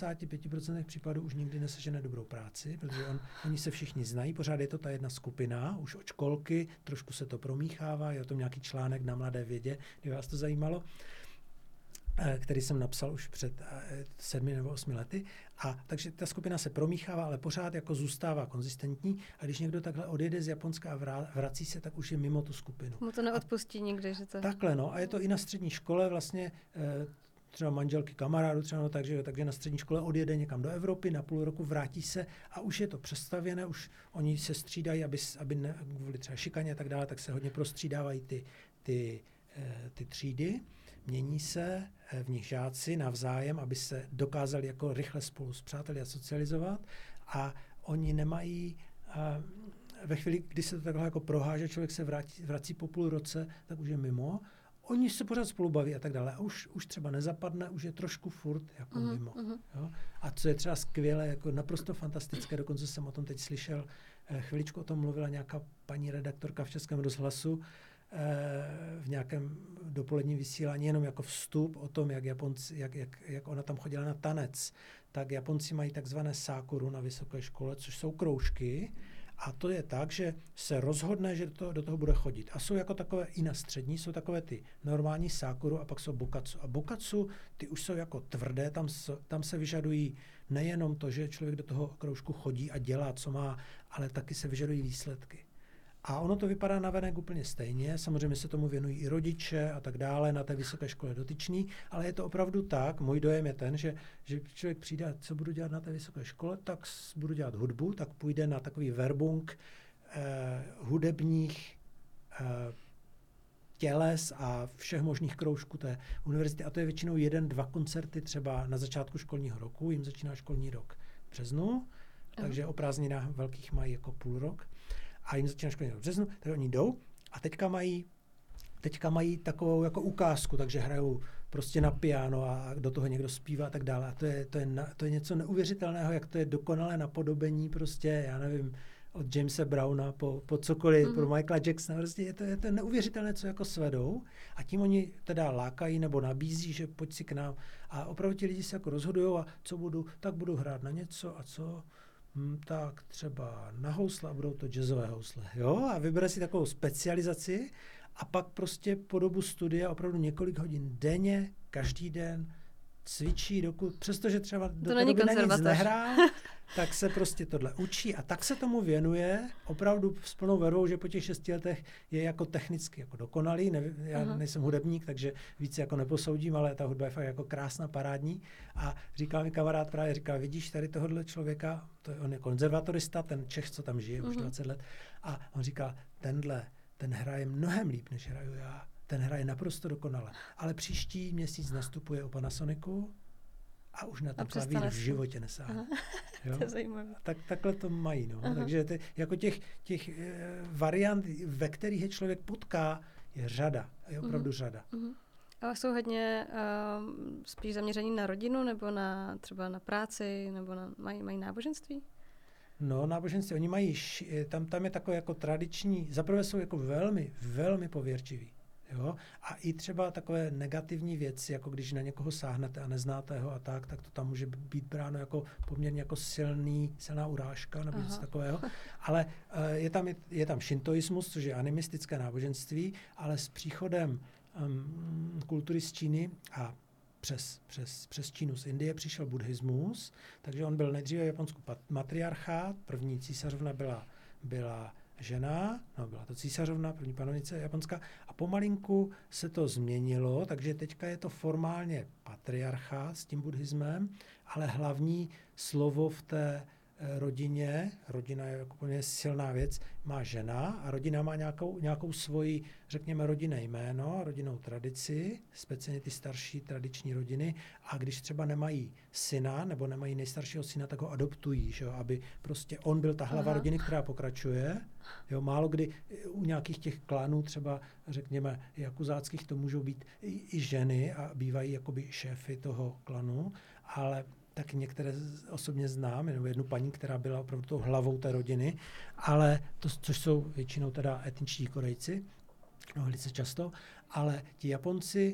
85% případů už nikdy nesežene dobrou práci, protože oni se všichni znají, pořád je to ta jedna skupina, už od školky, trošku se to promíchává, je o tom nějaký článek na Mladé vědě, kdyby vás to zajímalo, který jsem napsal už před 7 nebo 8 lety. A takže ta skupina se promíchává, ale pořád jako zůstává konzistentní. A když někdo takhle odjede z Japonska a vrací se, tak už je mimo tu skupinu. Mu to neodpustí nikdy, že to... Takhle, no. A je to i na střední škole vlastně, třeba manželky kamarádu, třeba takže na střední škole odjede někam do Evropy, na půl roku vrátí se a už je to přestavěné, už oni se střídají, aby ne, kvůli třeba šikaně a tak dále, tak se hodně prostřídávají ty třídy. Mění se v nich žáci navzájem, aby se dokázali jako rychle spolu s přáteli a socializovat, a oni nemají, ve chvíli, kdy se to takhle jako proháže, člověk se vrací po půl roce, tak už je mimo. Oni se pořád spolu baví a tak dále. A už třeba nezapadne, už je trošku furt jako mimo. Jo? A co je třeba skvělé, jako naprosto fantastické, dokonce jsem o tom teď slyšel chviličku o tom mluvila nějaká paní redaktorka v Českém rozhlasu v nějakém dopoledním vysílání, jenom jako vstup o tom, jak ona tam chodila na tanec. Tak Japonci mají takzvané sákuru na vysoké škole, což jsou kroužky. A to je tak, že se rozhodne, že do toho bude chodit. A jsou jako takové i na střední, jsou takové ty normální sákuru a pak jsou bokatsu. A bokatsu, ty už jsou jako tvrdé, tam se vyžadují nejenom to, že člověk do toho kroužku chodí a dělá, co má, ale taky se vyžadují výsledky. A ono to vypadá navenek úplně stejně, samozřejmě se tomu věnují i rodiče a tak dále na té vysoké škole dotyčný, ale je to opravdu tak, můj dojem je ten, že člověk přijde, co budu dělat na té vysoké škole, tak budu dělat hudbu, tak půjde na takový verbung hudebních těles a všech možných kroužků té univerzity a to je většinou 1-2 koncerty třeba na začátku školního roku, jim začíná školní rok v březnu, takže o prázdninách velkých mají jako půl rok. A jim začíná školní rok v březnu, takže oni jdou a teďka mají takovou jako ukázku, takže hrajou prostě na piano a do toho někdo zpívá a tak dále. A to je něco neuvěřitelného, jak to je dokonalé napodobení prostě, já nevím, od Jamesa Browna po cokoliv, pro Michaela Jacksona, prostě je to neuvěřitelné, co jako svedou a tím oni teda lákají nebo nabízí, že pojď si k nám a opravdu ti lidi se jako rozhodujou a co budu, tak budu hrát na něco a co... tak třeba na housle a budou to jazzové housle. Jo? A vybere si takovou specializaci a pak prostě po dobu studia opravdu několik hodin denně, každý den cvičí, přestože třeba do té doby na nic nehrál, tak se prostě tohle učí a tak se tomu věnuje opravdu s plnou vervou, že po těch 6 letech je jako technicky jako dokonalý. Já nejsem hudebník, takže víc jako neposoudím, ale ta hudba je fakt jako krásná, parádní. A říkal mi kamarád právě, vidíš tady tohohle člověka, on je konzervatorista, ten Čech, co tam žije už 20 let, a on říká, ten hraje mnohem líp, než hraju já. Ten hraje naprosto dokonale. Ale příští měsíc nastupuje u Panasonicu a už na ten klavír v životě nesáhne. To je zajímavé. Takhle to mají. No. Takže jako těch variant, ve kterých je člověk potká, je řada. Je opravdu řada. A jsou hodně spíš zaměření na rodinu nebo třeba na práci, nebo mají náboženství? No, náboženství, oni mají, tam je takové jako tradiční, zaprvé jsou jako velmi, velmi pověrčiví. Jo? A i třeba takové negativní věci, jako když na někoho sáhnete a neznáte ho a tak to tam může být bráno jako poměrně jako silná urážka nebo něco takového. Ale je tam šintoismus, což je animistické náboženství, ale s příchodem kultury z Číny a přes Čínu z Indie přišel buddhismus, takže on byl nejdříve v Japonsku matriarchát, první císařovna byla žena, byla to císařovna, první panovnice japonská, a pomalinku se to změnilo, takže teďka je to formálně patriarchát s tím buddhismem, ale hlavní slovo v té rodina je jako úplně silná věc, má žena a rodina má nějakou svoji, řekněme, rodinné jméno, rodinnou tradici, speciálně ty starší tradiční rodiny, a když třeba nemají syna nebo nemají nejstaršího syna, tak ho adoptují, že jo, aby prostě on byl ta hlava rodiny, která pokračuje. Jo, málo kdy u nějakých těch klanů, třeba řekněme jakuzáckých, to můžou být i ženy a bývají jakoby šéfy toho klanu, ale tak některé osobně znám, jenom jednu paní, která byla opravdu tou hlavou té rodiny, ale což jsou většinou teda etničtí Korejci, velice často, ale ti Japonci,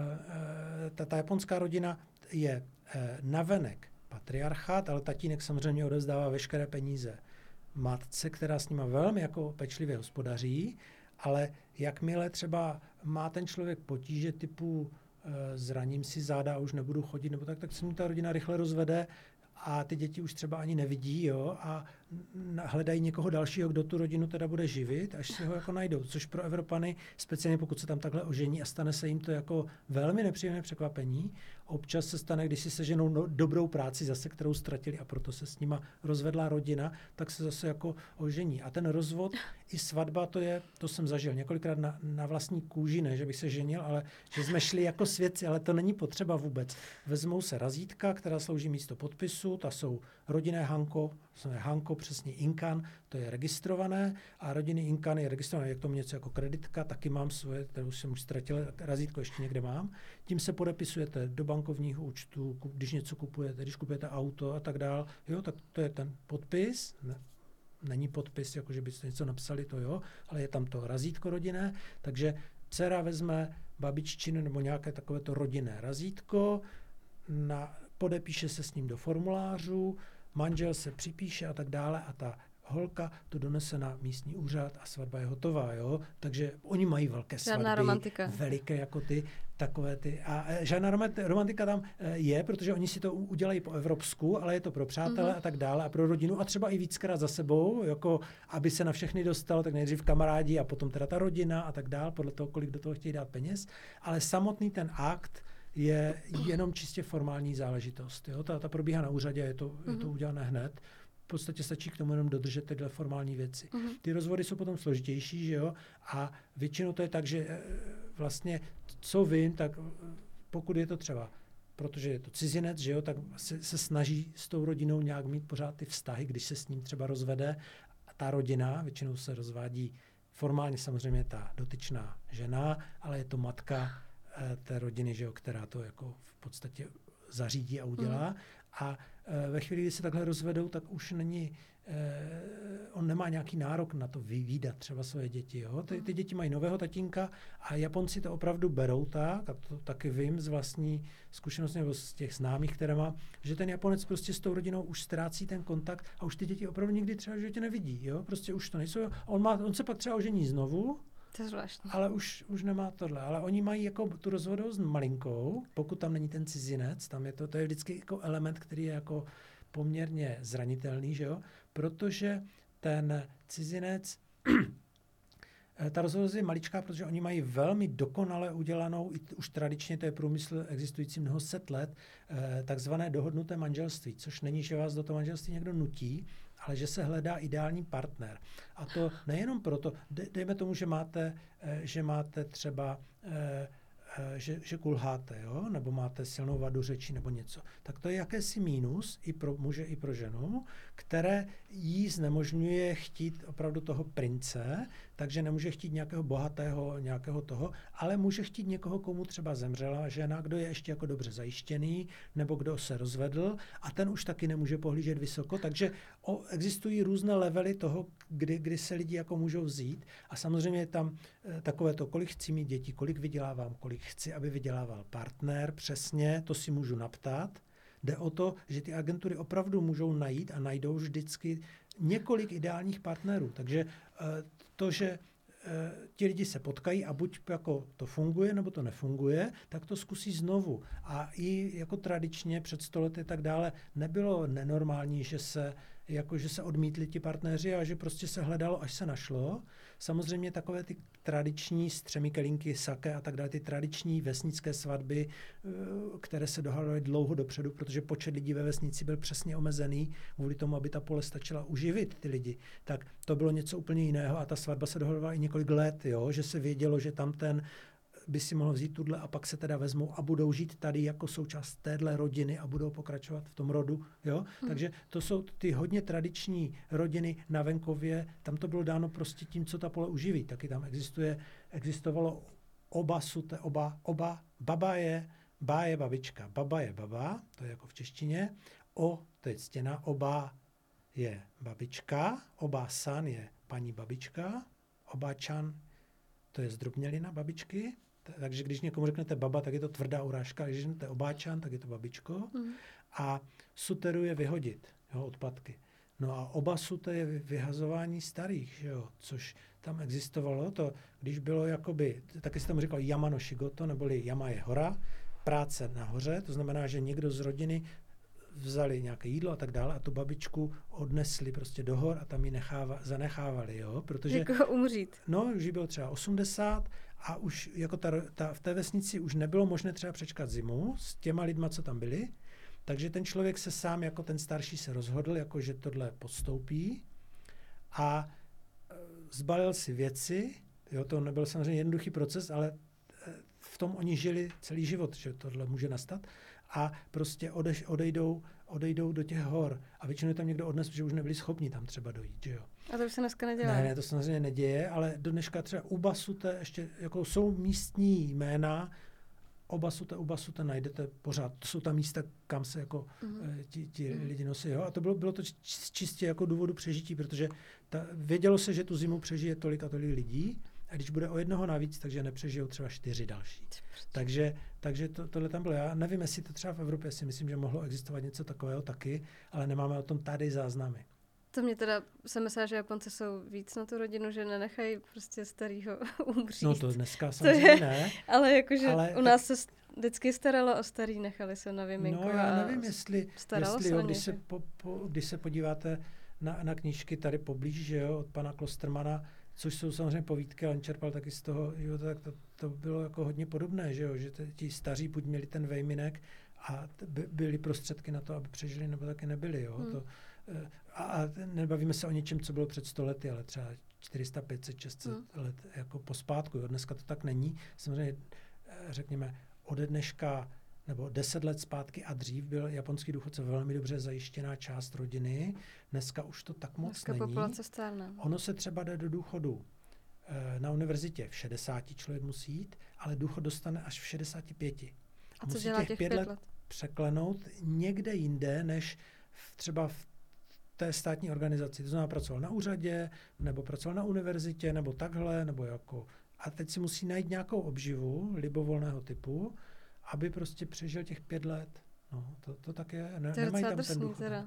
ta japonská rodina je navenek patriarchát, ale tatínek samozřejmě odevzdává veškeré peníze matce, která s nima velmi jako pečlivě hospodaří, ale jakmile třeba má ten člověk potíže typu zraním si záda a už nebudu chodit, nebo tak se mu ta rodina rychle rozvede a ty děti už třeba ani nevidí, jo, a hledají někoho dalšího, kdo tu rodinu teda bude živit, až si ho jako najdou, což pro Evropany, speciálně pokud se tam takhle ožení a stane se jim to jako velmi nepříjemné překvapení, občas se stane, když si seženou dobrou práci zase, kterou ztratili a proto se s nima rozvedla rodina, tak se zase jako ožení. A ten rozvod i svatba, to jsem zažil několikrát na vlastní kůži, ne, že bych se ženil, ale že jsme šli jako svědci, ale to není potřeba vůbec. Vezmou se razítka, která slouží místo podpisu, ta jsou rodinné hanko, přesně inkan, to je registrované, a rodinný inkan je registrované, je k tomu něco jako kreditka, taky mám svoje, kterou jsem už ztratil, razítko ještě někde mám. Tím se podepisujete do bankovního účtu, když něco kupujete, když kupujete auto a tak dál. Jo, tak to je ten podpis, není podpis, jako že by si něco napsali, to jo, ale je tam to razítko rodinné, takže dcera vezme babiččinu nebo nějaké takovéto rodinné razítko, podepíše se s ním do formulářů, manžel se připíše a tak dále a ta holka to donese na místní úřad a svatba je hotová, jo? Takže oni mají velké svatby, veliké jako ty, takové ty. A žádná romantika tam je, protože oni si to udělají po evropsku, ale je to pro přátele a tak dále a pro rodinu a třeba i víckrát za sebou, jako aby se na všechny dostalo, tak nejdřív kamarádi a potom teda ta rodina a tak dále, podle toho, kolik do toho chtějí dát peněz. Ale samotný ten akt je jenom čistě formální záležitost. Jo? Ta probíhá na úřadě, je to udělané hned. V podstatě stačí k tomu jenom dodržet tyhle formální věci. Ty rozvody jsou potom složitější, že jo? A většinou to je tak, že vlastně, co vím, tak pokud je to třeba, protože je to cizinec, že jo, tak se snaží s tou rodinou nějak mít pořád ty vztahy, když se s ním třeba rozvede. A ta rodina, většinou se rozvádí formálně samozřejmě ta dotyčná žena, ale je to matka té rodiny, že jo, která to jako v podstatě zařídí a udělá. A ve chvíli, kdy se takhle rozvedou, tak už není, on nemá nějaký nárok na to vyvídat třeba svoje děti. Jo? Ty děti mají nového tatínka a Japonci to opravdu berou tak, a to taky vím z vlastní zkušenosti nebo z těch známých, které mám, že ten Japonec prostě s tou rodinou už ztrácí ten kontakt a už ty děti opravdu nikdy třeba v životě nevidí. Jo? Prostě už to nejsou. On se pak třeba ožení znovu, to je zvláštní. Ale už nemá tohle. Ale oni mají jako tu rozvodovost malinkou, pokud tam není ten cizinec, tam je to je vždycky jako element, který je jako poměrně zranitelný, že jo? Protože ten cizinec, ta rozvodovost je maličká, protože oni mají velmi dokonale udělanou, už tradičně to je průmysl existující mnoho set let, takzvané dohodnuté manželství, což není, že vás do toho manželství někdo nutí, ale že se hledá ideální partner. A to nejenom proto, dejme tomu, že máte třeba, že kulháte, jo? Nebo máte silnou vadu řeči nebo něco. Tak to je jakési mínus i pro muže, i pro ženu, které jí znemožňuje chtít opravdu toho prince, takže nemůže chtít nějakého bohatého, nějakého toho, ale může chtít někoho, komu třeba zemřela žena, kdo je ještě jako dobře zajištěný, nebo kdo se rozvedl a ten už taky nemůže pohlížet vysoko, takže existují různé levely toho, kdy se lidi jako můžou vzít a samozřejmě je tam takové to, kolik chci mít děti, kolik vydělávám, kolik chci, aby vydělával partner, přesně, to si můžu naptat. Jde o to, že ty agentury opravdu můžou najít a najdou vždycky několik ideálních partnerů. Takže to, že ti lidi se potkají a buď jako to funguje, nebo to nefunguje, tak to zkusí znovu. A i jako tradičně před 100 lety tak dále nebylo nenormální, že se odmítli ti partneři a že prostě se hledalo, až se našlo. Samozřejmě takové ty tradiční střemikelínky, sake a tak dále, ty tradiční vesnické svatby, které se dohadovaly dlouho dopředu, protože počet lidí ve vesnici byl přesně omezený kvůli tomu, aby ta pole stačila uživit ty lidi. Tak to bylo něco úplně jiného a ta svatba se dohadovala i několik let, jo? Že se vědělo, že tam ten by si mohl vzít tuhle a pak se teda vezmou a budou žít tady jako součást téhle rodiny a budou pokračovat v tom rodu. Jo? Takže to jsou ty hodně tradiční rodiny na venkově, tam to bylo dáno prostě tím, co ta pole uživí. Taky tam existovalo baba je babička, baba je baba, to je jako v češtině, to je ctěna, oba je babička, oba-san je paní babička, oba-chan to je zdrobnělina babičky, takže když někomu řeknete baba, tak je to tvrdá urážka, když řeknete obáčan, tak je to babičko. A suteru je vyhodit, jo, odpadky. No a oba sute je vyhazování starých, jo, což tam existovalo. To, když bylo jakoby, taky se tam říkalo yama no shigoto, neboli yama je hora, práce nahoře, to znamená, že někdo z rodiny vzali nějaké jídlo a tak dále a tu babičku odnesli prostě do hor a tam ji zanechávali, jo, protože... Jako umřít. No, už jí bylo třeba 80 a už jako v té vesnici už nebylo možné třeba přečkat zimu s těma lidma, co tam byli, takže ten člověk se sám jako ten starší se rozhodl, jako že tohle podstoupí a zbalil si věci, jo, to nebyl samozřejmě jednoduchý proces, ale v tom oni žili celý život, že tohle může nastat a prostě odejdou do těch hor a většinou tam někdo odnes, protože už nebyli schopni tam třeba dojít, že jo. A to už se dneska nedělá. Ne, to samozřejmě neděje, ale do dneška třeba u Basute ještě jako jsou místní jména, u Basute najdete pořád. To jsou ta místa, kam se jako ti lidi nosí. Jo? A to bylo to čistě jako důvodu přežití, protože vědělo se, že tu zimu přežije tolik a tolik lidí, a když bude o jednoho navíc, takže nepřežijou třeba 4 další. Takže tohle tam bylo. Já nevím, jestli to třeba v Evropě, si myslím, že mohlo existovat něco takového taky, ale nemáme o tom tady záznamy. To mě teda, jsem myslela, že Japonci jsou víc na tu rodinu, že nenechají prostě starýho umřít. No to dneska samozřejmě ne. Ale jakože u nás se vždycky staralo o starý, nechali se na výjimku. No já nevím, jestli jo, když se podíváte na knížky tady poblíž, že jo, od pana Klostermana, což jsou samozřejmě povídky, ale on čerpal taky z toho, jo, tak to bylo jako hodně podobné, že jo, že ti staří buď měli ten vejminek a byly prostředky na to, aby přežili, nebo taky nebyli, jo. A nebavíme se o něčem, co bylo před 100 lety, ale třeba 400, 500, 600 let jako pospátku, jo. Dneska to tak není. Samozřejmě, řekněme, ode dneška nebo 10 let zpátky a dřív byl japonský důchodce velmi dobře zajištěná část rodiny. Dneska už to tak moc není. Populace stárne. Ono se třeba jde do důchodu na univerzitě v 60 člověk musí jít, ale důchod dostane až v 65. A co dělá těch 5 let? Překlenout někde jinde, než třeba v té státní organizaci. To znamená, pracoval na úřadě, nebo pracoval na univerzitě, nebo takhle, nebo jako. A teď si musí najít nějakou obživu libovolného typu, aby prostě přežil těch 5 let. No, to tak je. To je nemají tam drsný, ten důchod. teda.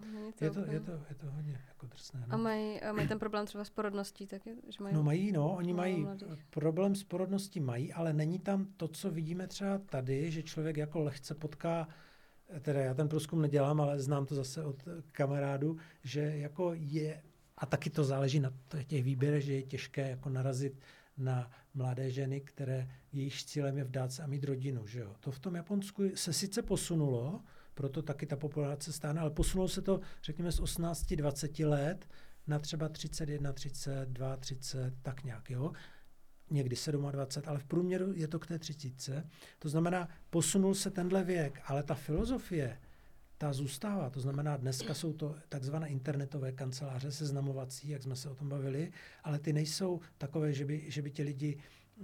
Je to hodně jako drsné. No. A mají ten problém třeba s porodností taky? Že mají oni mají problém s porodností mají, ale není tam to, co vidíme třeba tady, že člověk jako lehce potká, teda já ten průzkum nedělám, ale znám to zase od kamarádů, že jako je, a taky to záleží na těch výběrech, že je těžké jako narazit na mladé ženy, které jejich cílem je vdát se a mít rodinu. Že jo? To v tom Japonsku se sice posunulo, proto taky ta populace stáne, ale posunulo se to, řekněme, z 18-20 let na třeba 31, 32, 30, tak nějak, jo. Někdy 27, ale v průměru je to k té 30. To znamená, posunul se tenhle věk, ale ta filozofie, ta zůstává. To znamená, dneska jsou to takzvané internetové kanceláře seznamovací, jak jsme se o tom bavili, ale ty nejsou takové, že by ti lidi...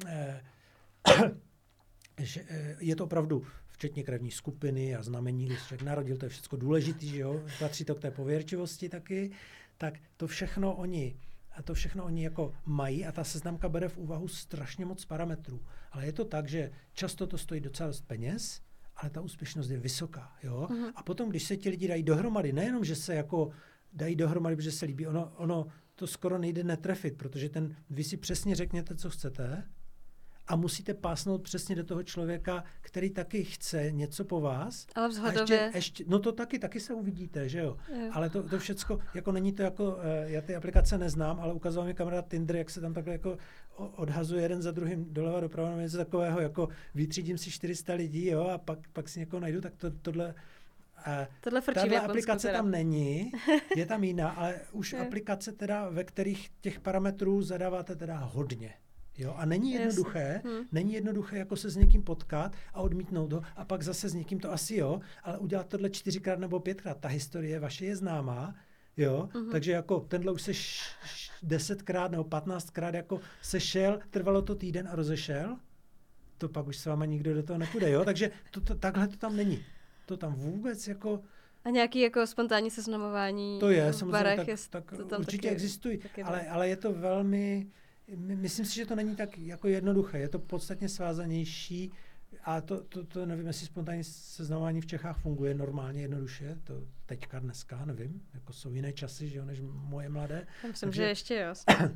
je to opravdu včetně krevní skupiny a znamení, když se člověk narodil, to je všechno důležité, že jo, patří to k té pověrčivosti taky, tak to všechno oni jako mají a ta seznamka bere v úvahu strašně moc parametrů. Ale je to tak, že často to stojí docela dost peněz, ale ta úspěšnost je vysoká, jo. A potom, když se ti lidi dají dohromady, nejenom, že se jako dají dohromady, protože se líbí, ono to skoro nejde netrefit, protože vy si přesně řekněte, co chcete a musíte pásnout přesně do toho člověka, který taky chce něco po vás. Ale vzhledově... No to taky se uvidíte, že jo. Ale to všecko, jako není to jako, já ty aplikace neznám, ale ukazoval mi kamarád Tinder, jak se tam takhle jako odhazuje jeden za druhým doleva doprava, nebo něco takového, jako vytřídím si 400 lidí, jo, a pak si někoho najdu, tak tohle aplikace teda tam není, je tam jiná, ale už aplikace teda, ve kterých těch parametrů zadáváte teda hodně. Jo, a není jednoduché jako se s někým potkat a odmítnout ho a pak zase s někým to asi jo, ale udělat tohle 4x nebo 5x. Ta historie vaše je známá, jo, takže jako tenhle už se 10x nebo 15x jako sešel, trvalo to týden a rozešel, to pak už s váma nikdo do toho nepůjde, jo, takže takhle to tam není. To tam vůbec jako... A nějaký jako spontánní seznamování to je, samozřejmě, tak tam určitě existují, ale je to velmi... Myslím si, že to není tak jako jednoduché. Je to podstatně svázanější a to nevím, jestli spontánní seznamování v Čechách funguje normálně, jednoduše. To teďka, dneska, nevím. Jako jsou jiné časy, že jo, než moje mladé. Já myslím, že ještě jo.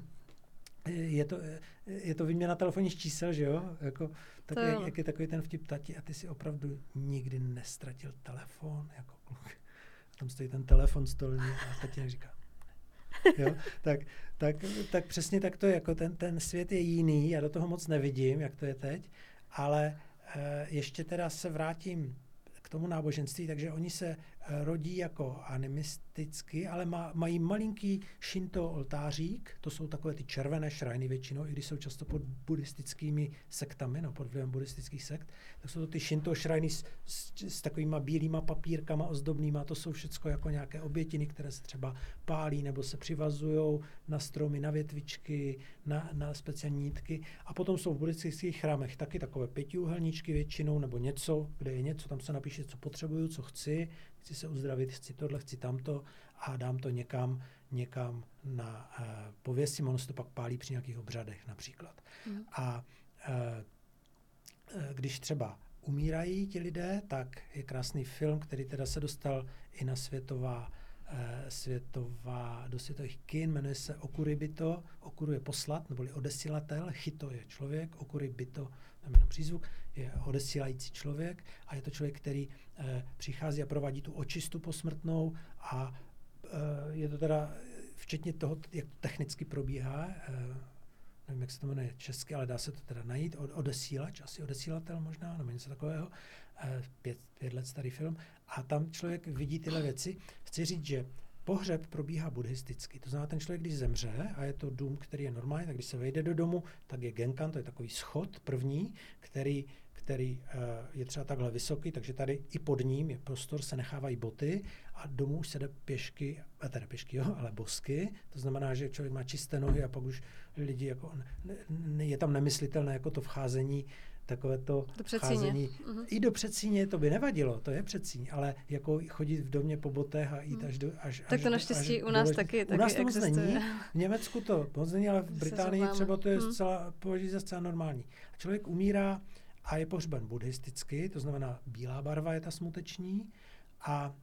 Je to výměna telefonních čísel, že jo? Jako, tak jak je takový ten vtip, tati, a ty si opravdu nikdy nestratil telefon, jako kluk. Tam stojí ten telefon stolní a tatínek říká, jo, tak přesně tak to je, jako ten svět je jiný, já do toho moc nevidím, jak to je teď, ale ještě teda se vrátím k tomu náboženství, takže oni se rodí jako animisticky, ale mají malinký Shinto oltářík, to jsou takové ty červené šrajny většinou, i když jsou často pod buddhistickými sektami, no, pod vlivem buddhistických sekt, tak jsou to ty Shinto šrajny s takovýma bílýma papírkama ozdobnýma, to jsou všecko jako nějaké obětiny, které se třeba pálí nebo se přivazujou na stromy, na větvičky, na speciální nitky. A potom jsou v buddhistických chrámech taky takové pětiúhelníčky většinou, nebo něco, kde je něco, tam se napíše, co potřebuju, co chci se uzdravit, chci tohle, chci tamto a dám to někam na pověsím, ono se to pak pálí při nějakých obřadech například. A když třeba umírají ti lidé, tak je krásný film, který teda se dostal i na do světových kin, jmenuje se Okuribito. Okuru je poslat, neboli odesílatel, Chito je člověk, Okuribito, tam jenom přízvuk, je odesílající člověk a je to člověk, který přichází a provádí tu očistu posmrtnou a je to teda, včetně toho, jak to technicky probíhá, nevím, jak se to jmenuje česky, ale dá se to teda najít, odesílač, asi odesílatel možná, nebo něco takového, 5 let starý film, a tam člověk vidí tyhle věci. Chci říct, že pohřeb probíhá buddhisticky. To znamená, ten člověk, když zemře, a je to dům, který je normální, tak když se vejde do domu, tak je genkan, to je takový schod první, který je třeba takhle vysoký, takže tady i pod ním je prostor, se nechávají boty a domů už se jde pěšky, ale bosky. To znamená, že člověk má čisté nohy a pak už lidi, jako, je tam nemyslitelné jako to vcházení, takové to vcházení. I do předsíně to by nevadilo, to je předsíň, ale jako chodit v domě po botech a jít až tak to naštěstí u nás taky u nás to moc existuje. není, v Německu to moc není, ale v Británii třeba to je považují za zcela normální. A člověk umírá a je pohřben buddhisticky, to znamená bílá barva je ta smuteční a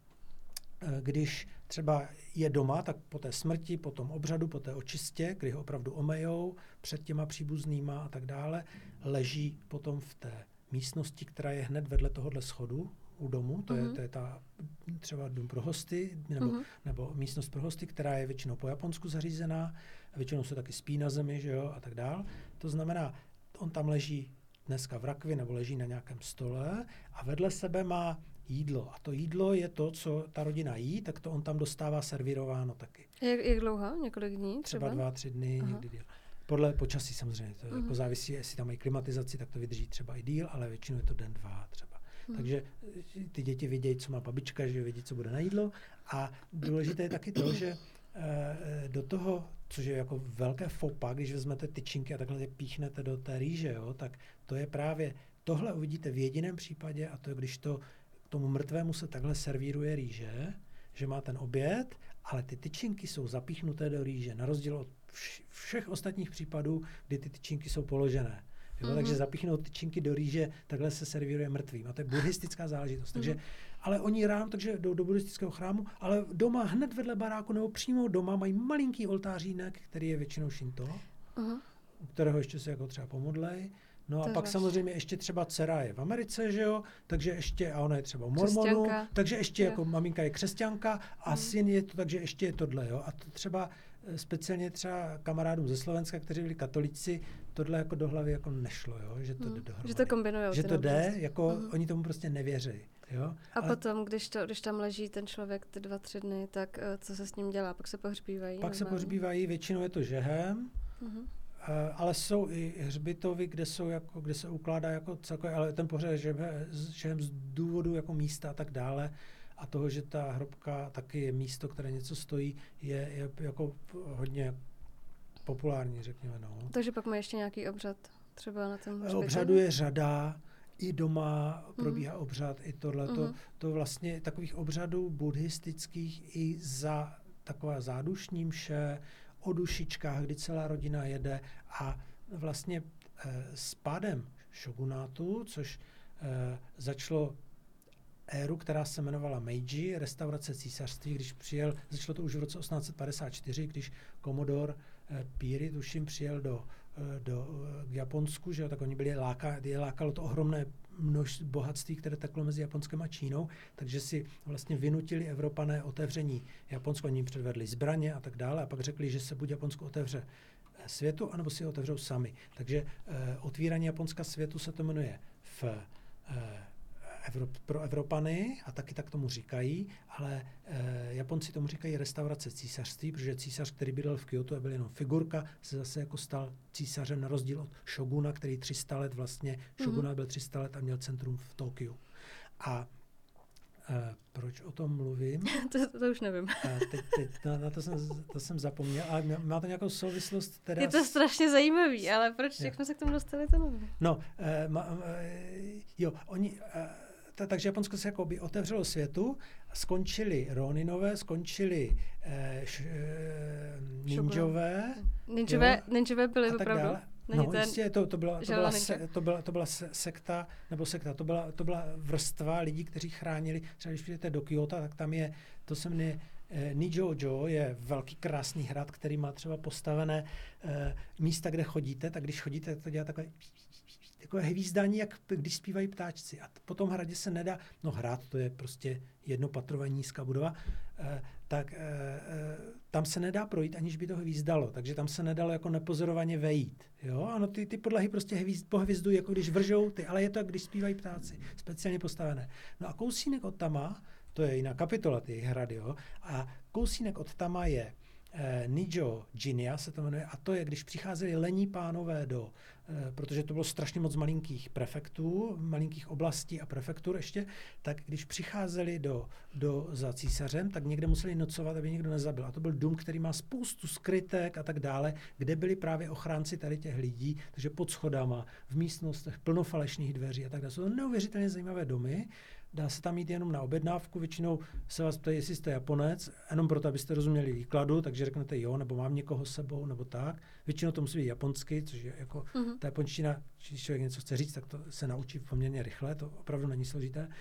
když třeba je doma, tak po té smrti, po tom obřadu, po té očistě, kdy ho opravdu omejou před těma příbuznýma a tak dále, leží potom v té místnosti, která je hned vedle tohohle schodu u domu, to je ta třeba dům pro hosty, nebo místnost pro hosty, která je většinou po Japonsku zařízená, většinou se taky spí na zemi, že jo, a tak dále. To znamená, on tam leží dneska v rakvi nebo leží na nějakém stole a vedle sebe má jídlo. A to jídlo je to, co ta rodina jí, tak to on tam dostává servírováno taky. Jak dlouho? Několik dní? Třeba 2-3 dny, někdy díl. Podle počasí samozřejmě. To jako závisí, jestli tam mají klimatizaci, tak to vydrží třeba i díl, ale většinou je to den, 2 třeba. Takže ty děti vědějí, co má babička, že vědí, co bude na jídlo. A důležité je taky to, že do toho, což je jako velké fopa, když vezmete tyčinky a takhle je píchnete do té rýže, jo, tak to je právě, tohle uvidíte v jediném případě a to je, když to tomu mrtvému se takhle servíruje rýže, že má ten oběd, ale ty tyčinky jsou zapíchnuté do rýže, na rozdíl od všech ostatních případů, kdy ty tyčinky jsou položené. Jo, takže zapíchnout tyčinky do rýže, takhle se servíruje mrtvým. A to je buddhistická záležitost. Takže, ale oni ráno, takže jdou do buddhistického chrámu, ale doma hned vedle baráku nebo přímo doma mají malinký oltářínek, který je většinou Shinto, u kterého ještě se jako třeba pomodlej. No a pak samozřejmě ještě třeba dcera je v Americe, že jo, takže ještě, a ona je třeba u mormonů, takže ještě jako maminka je křesťanka a syn je to, takže ještě je tohle, jo. A to třeba speciálně třeba kamarádům ze Slovenska, kteří byli katolíci, tohle jako do hlavy jako nešlo, jo, že to jde dohromady. Že to kombinujou. Že to jde, jako oni tomu prostě nevěří, jo. A potom, když tam leží ten člověk ty 2-3 dny, tak co se s ním dělá? Pak se pohřbívají? Pak se pohřbívají, většinou je to žehem, ale jsou i hřbitovy, kde se ukládá jako celkově, ale ten pohřeb je žehem z důvodu jako místa a tak dále. A toho, že ta hrobka taky je místo, které něco stojí, je jako hodně populární, řekněme. No. Takže pak má ještě nějaký obřad třeba na tom hřbitově? Obřadu je řada, i doma probíhá obřad, i tohleto. To vlastně takových obřadů buddhistických i za taková zádušní mše, o dušičkách, kdy celá rodina jede a vlastně s pádem šogunátu, což začalo éru, která se jmenovala Meiji, restaurace císařství, začalo to už v roce 1854, když komodor Píry, tuším, přijel k Japonsku, že jo, tak oni lákalo to ohromné množství bohatství, které teklo mezi Japonskem a Čínou, takže si vlastně vynutili Evropané otevření Japonsko, oni jim předvedli zbraně a tak dále a pak řekli, že se buď Japonsko otevře světu, anebo si ho otevřou sami. Takže otvírání Japonska světu se to jmenuje v pro Evropany, a taky tak tomu říkají, ale Japonci tomu říkají restaurace císařství, protože císař, který bydlel v Kyoto a byl jenom figurka, se zase jako stal císařem na rozdíl od šoguna, který 300 let vlastně, šoguna byl 300 let a měl centrum v Tokiu. A proč o tom mluvím? To už nevím. Teď na to jsem zapomněl, ale má to nějakou souvislost teda... Je to strašně zajímavý, ale proč, jak jsme se k tomu dostali, to nevím. No, takže Japonsko se jakoby otevřelo světu, skončili Roninové, skončili ninjové. Ninjové byly opravdu. No, jistě, to byla sekta, to byla vrstva lidí, kteří chránili, třeba když přijdete do Kyoto, tak tam je, to se jmenuje Nijojo, je velký krásný hrad, který má třeba postavené místa, kde chodíte, tak když chodíte, tak to dělá takové hvízdání, jak když zpívají ptáčci. A po tom hradě se nedá, hrad, to je prostě jednopatrová nízká budova, tak tam se nedá projít, aniž by to hvízdalo. Takže tam se nedalo jako nepozorovaně vejít. Jo? Ano, ty podlahy prostě pohvizdují, jako když vržou, ale je to, jak když zpívají ptáci. Speciálně postavené. No a kousínek od tama, to je jiná kapitola, ty hrady, jo? A kousínek od tama je Nijo Jinya se to jmenuje, a to je, když přicházeli lení pánové protože to bylo strašně moc malinkých prefektů, malinkých oblastí a prefektur ještě, tak když přicházeli za císařem, tak někde museli nocovat, aby někdo nezabil. A to byl dům, který má spoustu skrytek a tak dále, kde byli právě ochránci tady těch lidí, takže pod schodama, v místnostech plno falešných dveří a tak dále. Jsou to neuvěřitelně zajímavé domy. Dá se tam jít jenom na objednávku, většinou se vás ptají, jestli jste Japonec, jenom proto, abyste rozuměli výkladu, takže řeknete jo, nebo mám někoho s sebou, nebo tak. Většinou to musí být japonsky, což je jako ta japonština, když člověk něco chce říct, tak to se naučí poměrně rychle, to opravdu není složité.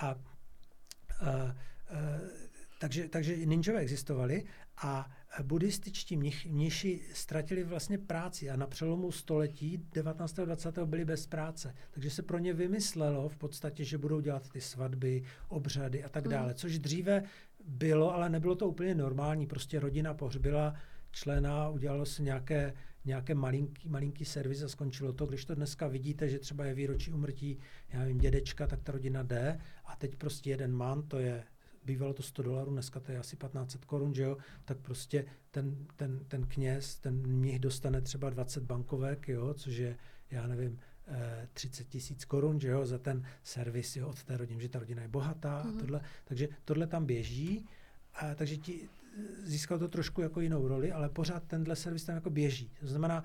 Takže ninjové existovali a buddhističtí mniši ztratili vlastně práci a na přelomu století 19. a 20. byli bez práce. Takže se pro ně vymyslelo v podstatě, že budou dělat ty svatby, obřady a tak dále, což dříve bylo, ale nebylo to úplně normální. Prostě rodina pohřbila člena, udělalo se nějaké malinký servis a skončilo to. Když to dneska vidíte, že třeba je výročí úmrtí, já nevím, dědečka, tak ta rodina jde a teď prostě jeden man, to je bývalo to $100, dneska to je asi 1500 korun, že jo, tak prostě ten kněz, ten mnich dostane třeba 20 bankovek, jo, což je, já nevím, 30 000 korun, že jo, za ten servis, jo, od té rodiny, že ta rodina je bohatá a tohle, takže tohle tam běží, a takže získal to trošku jako jinou roli, ale pořád tenhle servis tam jako běží. To znamená,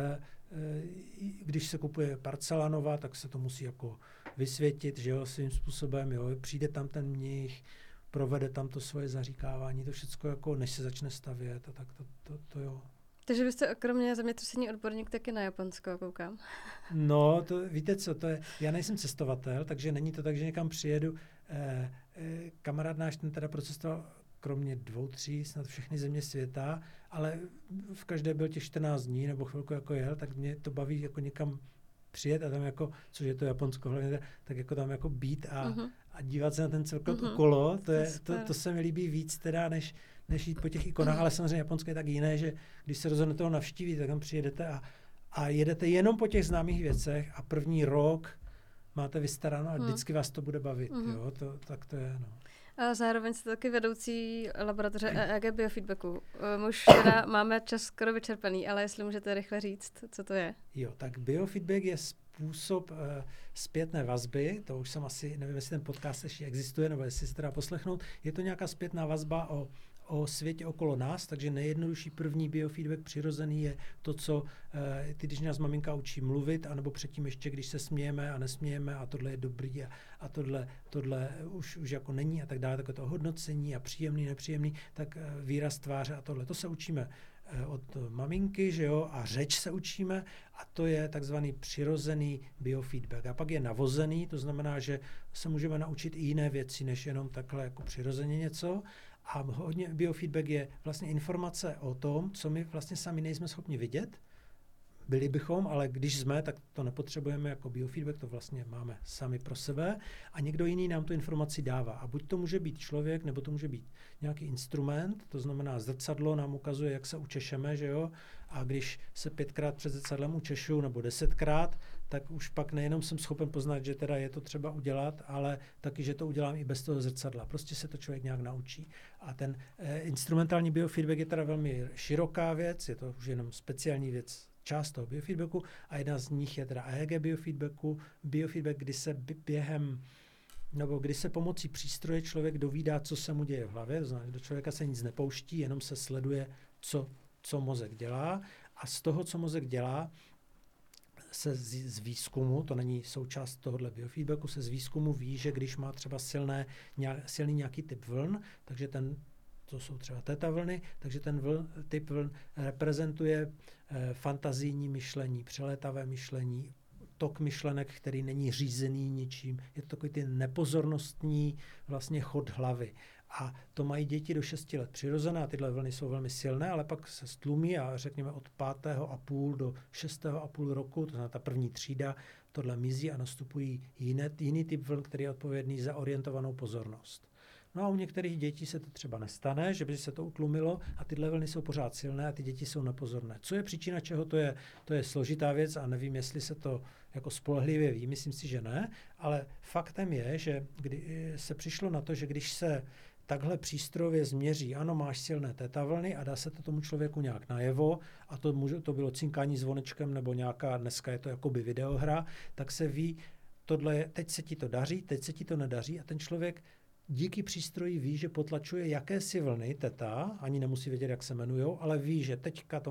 když se kupuje parcela nová, tak se to musí jako vysvětit, že jo, svým způsobem, jo, přijde tam ten mnich, provede tam to svoje zaříkávání, to všechno jako než se začne stavět a tak to jo. Takže vy jste kromě zemětřesení odborník taky na Japonsko, koukám. No, to víte co, já nejsem cestovatel, takže není to tak, že někam přijedu. Kamarád náš ten teda procestoval kromě 2, 3, snad všechny země světa, ale v každé byl těch 14 dní nebo chvilku jako jel, tak mě to baví jako někam přijet a tam jako, což je to Japonsko hlavně, tak jako tam jako být a dívat se na ten celkový okolo, to se mi líbí víc teda, než jít po těch ikonách, ale samozřejmě Japonsko je tak jiné, že když se rozhodnete ho navštívit, tak tam přijedete a jedete jenom po těch známých věcech a první rok máte vystaráno a vždycky vás to bude bavit, jo, tak to je, no. A zároveň jste taky vedoucí laboratoře EEG biofeedbacku. My už teda máme čas skoro vyčerpaný, ale jestli můžete rychle říct, co to je. Jo, tak biofeedback je způsob zpětné vazby, to už jsem asi, nevím, jestli ten podcast ještě existuje, nebo jestli se teda poslechnout, je to nějaká zpětná vazba o světě okolo nás, takže nejjednodušší první biofeedback přirozený je to, co když nás maminka učí mluvit, anebo předtím ještě, když se smějeme a nesmějeme a tohle je dobrý a tohle už jako není a tak dále, takové to hodnocení a příjemný, nepříjemný, tak výraz tváře a tohle. To se učíme od maminky, že jo, a řeč se učíme a to je takzvaný přirozený biofeedback. A pak je navozený, to znamená, že se můžeme naučit i jiné věci, než jenom takhle jako přirozeně něco. A hodně biofeedback je vlastně informace o tom, co my vlastně sami nejsme schopni vidět. byli bychom, ale když jsme, tak to nepotřebujeme jako biofeedback, to vlastně máme sami pro sebe a někdo jiný nám tu informaci dává. A buď to může být člověk, nebo to může být nějaký instrument, to znamená zrcadlo nám ukazuje, jak se učešeme, že jo? A když se 5krát před zrcadlem učešu, nebo 10krát, tak už pak nejenom jsem schopen poznat, že teda je to třeba udělat, ale taky, že to udělám i bez toho zrcadla. Prostě se to člověk nějak naučí. A ten instrumentální biofeedback je teda velmi široká věc, je to už jenom speciální věc, část toho biofeedbacku a jedna z nich je teda EEG biofeedbacku. Biofeedback, kdy se kdy se pomocí přístroje člověk dovídá, co se mu děje v hlavě, to znamená, do člověka se nic nepouští, jenom se sleduje, co mozek dělá a z toho, co mozek dělá, se z výzkumu, to není součást tohohle biofeedbacku, se z výzkumu ví, že když má třeba silný nějaký typ vln, takže to jsou třeba theta vlny, takže ten typ vln reprezentuje fantazijní myšlení, přelétavé myšlení, tok myšlenek, který není řízený ničím. Je to takový ty nepozornostní vlastně chod hlavy. A to mají děti do 6 let přirozené a tyhle vlny jsou velmi silné, ale pak se stlumí a řekněme od 5,5 do 6,5 roku, to znamená ta první třída, tohle mizí a nastupují jiný typ vln, který je odpovědný za orientovanou pozornost. No a u některých dětí se to třeba nestane, že by se to utlumilo a tyhle vlny jsou pořád silné a ty děti jsou nepozorné. Co je příčina čeho, to je složitá věc a nevím, jestli se to jako spolehlivě ví, myslím si, že ne, ale faktem je, že kdy se přišlo na to, že když se takhle přístrojově změří, ano, máš silné theta vlny a dá se to tomu člověku nějak najevo a to bylo cinkání zvonečkem nebo nějaká, dneska je to jakoby videohra, tak se ví, teď se ti to daří, teď se ti to nedaří a ten člověk díky přístroji ví, že potlačuje jakési vlny theta, ani nemusí vědět, jak se jmenujou, ale ví, že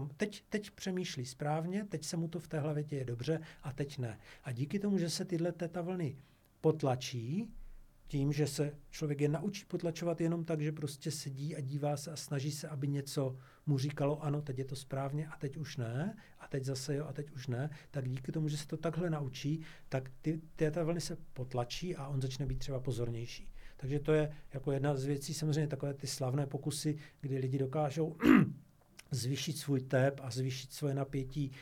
teď přemýšlí správně, teď se mu to v té hlavě děje dobře a teď ne. A díky tomu, že se tyhle theta vlny potlačí, tím, že se člověk je naučí potlačovat jenom tak, že prostě sedí a dívá se a snaží se, aby něco mu říkalo, ano, teď je to správně a teď už ne, a teď zase jo a teď už ne, tak díky tomu, že se to takhle naučí, tak ty theta vlny se potlačí a on začne být třeba pozornější. Takže to je jako jedna z věcí, samozřejmě takové ty slavné pokusy, kdy lidi dokážou zvýšit svůj tep a zvýšit svoje napětí,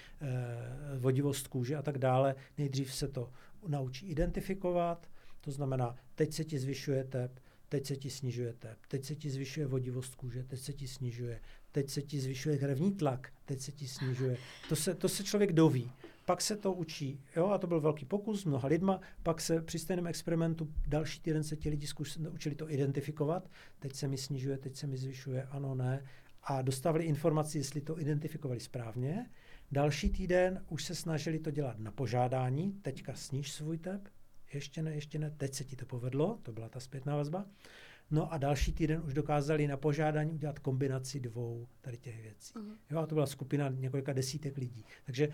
vodivost kůže a tak dále. Nejdřív se to naučí identifikovat, to znamená, teď se ti zvyšuje tep, teď se ti snižuje tep, teď se ti zvyšuje vodivost kůže, teď se ti snižuje, teď se ti zvyšuje krevní tlak, teď se ti snižuje. To se člověk doví. Pak se to učí, jo, a to byl velký pokus s mnoha lidma, pak se při stejném experimentu další týden se ti lidi učili to identifikovat, teď se mi snižuje, teď se mi zvyšuje, ano, ne, a dostávali informaci, jestli to identifikovali správně. Další týden už se snažili to dělat na požádání, teďka sníž svůj tep, ještě ne, teď se ti to povedlo, to byla ta zpětná vazba. No a další týden už dokázali na požádání udělat kombinaci 2 tady těch věcí. Jo, a to byla skupina několika desítek lidí. Takže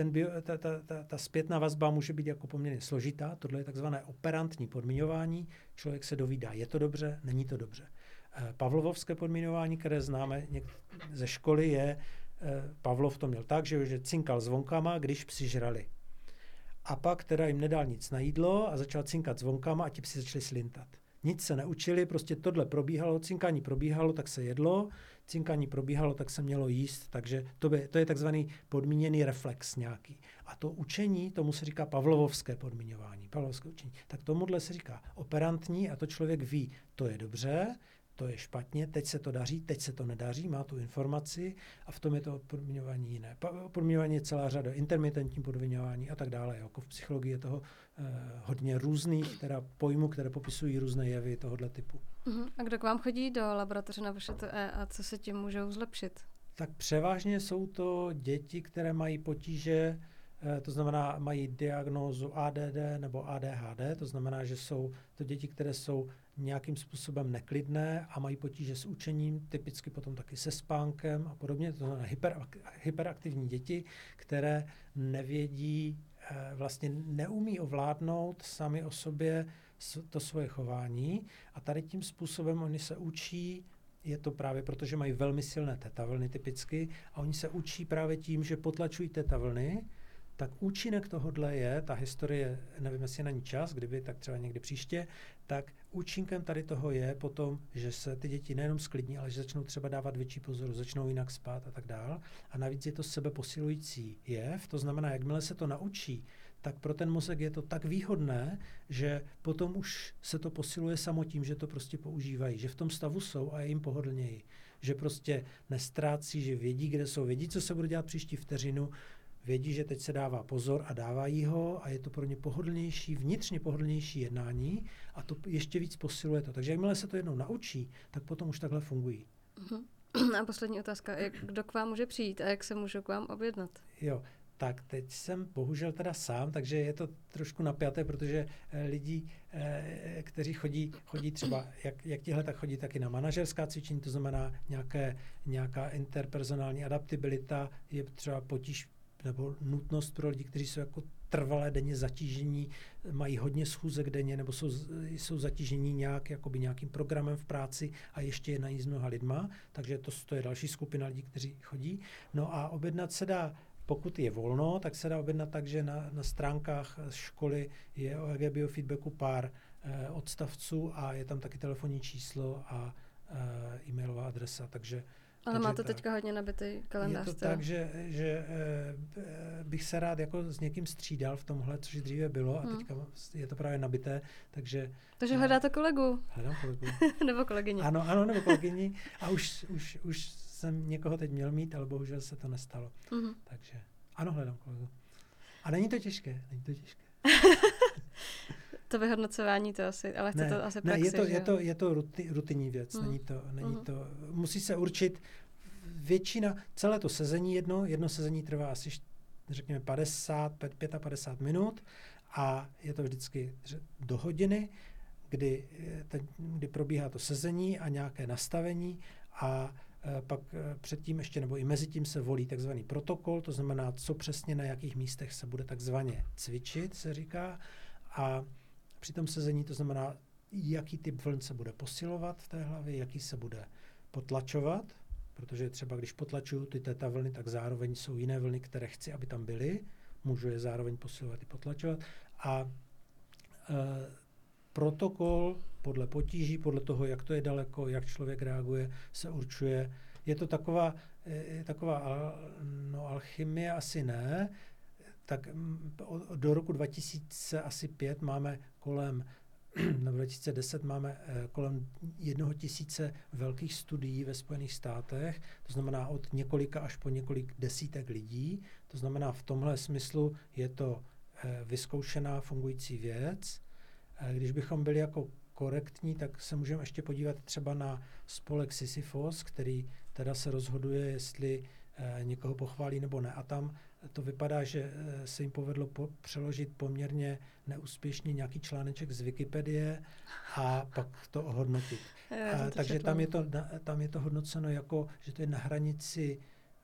ta zpětná vazba může být jako poměrně složitá. Tohle je takzvané operantní podmiňování. Člověk se dovídá, je to dobře, není to dobře. Pavlovovské podmiňování, které známe ze školy, je, Pavlov to měl tak, že cinkal zvonkama, když psi žrali. A pak teda jim nedal nic na jídlo a začal cinkat zvonkama a ti psi začali slintat. Nic se neučili, prostě tohle probíhalo, cinkání probíhalo, tak se jedlo, cinkání probíhalo, tak se mělo jíst, takže to je takzvaný podmíněný reflex nějaký. A to učení, tomu se říká pavlovovské podmiňování, pavlovské učení. Tak tomuhle se říká operantní a to člověk ví, to je dobře, to je špatně, teď se to daří, teď se to nedaří, má tu informaci a v tom je to podmiňování jiné. Podmiňování je celá řada, intermitentní podmiňování a tak dále. Jako v psychologii je toho hodně různých pojmů, které popisují různé jevy tohoto typu. A kdo k vám chodí do laboratoře na vaše a co se tím můžou zlepšit? Tak převážně jsou to děti, které mají potíže, to znamená, mají diagnózu ADD nebo ADHD, to znamená, že jsou to děti, které jsou nějakým způsobem neklidné a mají potíže s učením, typicky potom taky se spánkem a podobně, to znamená hyperaktivní děti, které nevědí, vlastně neumí ovládnout sami o sobě to svoje chování a tady tím způsobem oni se učí. Je to právě proto, že mají velmi silné theta vlny typicky a oni se učí právě tím, že potlačují theta vlny, tak účinek tohodle je, ta historie, nevím, jestli je na ní čas, kdyby, tak třeba někdy příště, tak účinkem tady toho je potom, že se ty děti nejenom sklidní, ale že začnou třeba dávat větší pozor, začnou jinak spát a tak dál. A navíc je to sebeposilující jev, to znamená, jakmile se to naučí, tak pro ten mozek je to tak výhodné, že potom už se to posiluje samo tím, že to prostě používají, že v tom stavu jsou a je jim pohodlněji. Že prostě nestrácí, že vědí, kde jsou, vědí, co se bude dělat příští vteřinu, vědí, že teď se dává pozor a dávají ho a je to pro ně pohodlnější, vnitřně pohodlnější jednání a to ještě víc posiluje to. Takže jakmile se to jednou naučí, tak potom už takhle fungují. A poslední otázka, kdo k vám může přijít a jak se můžu k vám objednat? Jo, tak teď jsem bohužel teda sám, takže je to trošku napjaté, protože lidi, kteří chodí třeba, jak tihle, tak chodí taky na manažerská cvičení, to znamená nějaká interpersonální adaptabilita, je třeba potíž nebo nutnost pro lidi, kteří jsou jako trvalé denně zatížení, mají hodně schůzek denně, nebo jsou zatížení nějakým programem v práci a ještě je na ní s mnoha lidma, takže to je další skupina lidí, kteří chodí. No a objednat se dá, pokud je volno, tak se dá objednat tak, že na stránkách školy je o EEG biofeedbacku pár odstavců a je tam taky telefonní číslo a e-mailová adresa, takže ale máte teďka hodně nabitý kalendář. Je to tak, že bych se rád jako s někým střídal v tomhle, což dříve bylo a teďka je to právě nabité, takže... Takže hledáte kolegu. Hledám kolegu. Nebo kolegyni. Ano, nebo kolegyni a už jsem někoho teď měl mít, ale bohužel se to nestalo. Takže ano, hledám kolegu. A není to těžké. To vyhodnocování to asi, ale chce to asi praxi, je to rutinní věc, není to, musí se určit celé to sezení jedno sezení trvá asi, řekněme, 55 minut a je to vždycky do hodiny, kdy probíhá to sezení a nějaké nastavení a pak předtím ještě nebo i mezi tím se volí takzvaný protokol, to znamená, co přesně na jakých místech se bude takzvaně cvičit, se říká, a při tom sezení to znamená, jaký typ vln se bude posilovat v té hlavě, jaký se bude potlačovat, protože třeba když potlačuju ty theta vlny, tak zároveň jsou jiné vlny, které chci, aby tam byly, můžu je zároveň posilovat i potlačovat a protokol podle potíží, podle toho, jak to je daleko, jak člověk reaguje, se určuje. Je to taková alchymie asi ne, tak do roku 2005 máme nebo 2010 máme kolem 1000 velkých studií ve Spojených státech, to znamená od několika až po několik desítek lidí, to znamená v tomhle smyslu je to vyzkoušená fungující věc. Když bychom byli jako korektní, tak se můžeme ještě podívat třeba na spolek Sisyphos, který teda se rozhoduje, jestli někoho pochválí nebo ne. A tam to vypadá, že se jim povedlo přeložit poměrně neúspěšně nějaký článeček z Wikipedie a pak to ohodnotit. Takže tam je to hodnoceno jako, že to je na hranici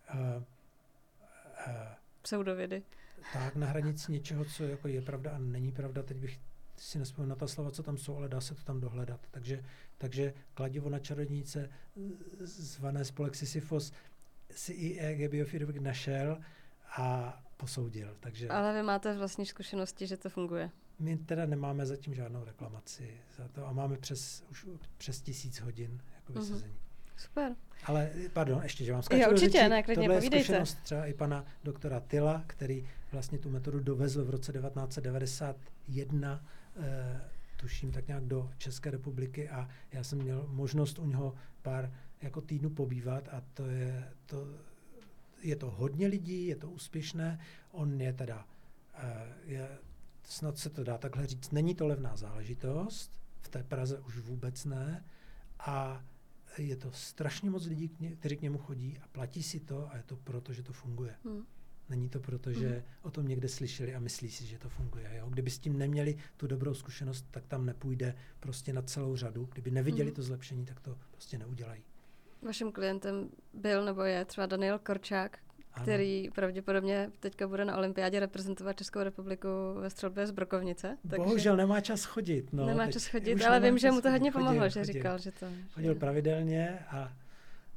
pseudovědy. Tak, na hranici něčeho, co jako je pravda a není pravda. Teď bych si nespomněl na ta slova, co tam jsou, ale dá se to tam dohledat. Takže kladivo na čarodějnice zvané spolek Sisyphos si i EEG biofeedback našel a posoudil. Ale vy máte vlastní zkušenosti, že to funguje? My teda nemáme zatím žádnou reklamaci za to a máme už přes 1000 hodin jako vysazení. Super. Ale, pardon, ještě, že vám skáču do řeči. Tohle je zkušenost třeba i pana doktora Tyla, který vlastně tu metodu dovezl v roce 1991, tuším tak nějak do České republiky a já jsem měl možnost u něho pár jako týdnů pobývat a je to hodně lidí, je to úspěšné, on je teda, snad se to dá takhle říct, není to levná záležitost, v té Praze už vůbec ne a je to strašně moc lidí, kteří k němu chodí a platí si to a je to proto, že to funguje. Není to proto, že o tom někde slyšeli a myslí si, že to funguje. Jo? Kdyby s tím neměli tu dobrou zkušenost, tak tam nepůjde prostě na celou řadu. Kdyby neviděli to zlepšení, tak to prostě neudělají. Vaším klientem byl nebo je třeba Daniel Korčák, který pravděpodobně teďka bude na olympiádě reprezentovat Českou republiku ve střelbě z brokovnice. Bohužel nemá čas chodit. Nemá čas chodit, ale vím, že mu to hodně pomohlo, že říkal, že to... Chodil pravidelně a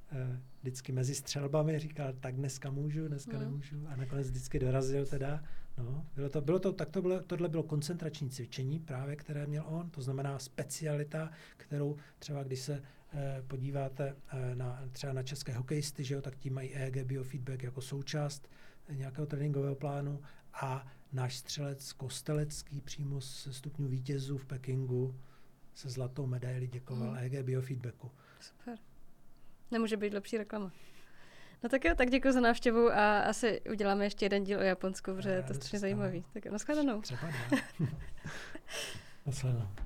vždycky mezi střelbami říkal, tak dneska můžu, dneska nemůžu a nakonec vždycky dorazil teda, No, tohle bylo koncentrační cvičení právě, které měl on, to znamená specialita, kterou třeba když se podíváte třeba na české hokejisty, že jo, tak ti mají EEG biofeedback jako součást nějakého tréninkového plánu a náš střelec Kostelecký přímo z stupňů vítězů v Pekingu se zlatou medaili děkoval EEG biofeedbacku. Super. Nemůže být lepší reklama. No tak jo, tak děkuji za návštěvu a asi uděláme ještě jeden díl o Japonsku, protože je to strašně zajímavý. Tak nashledanou. Třeba nashledanou.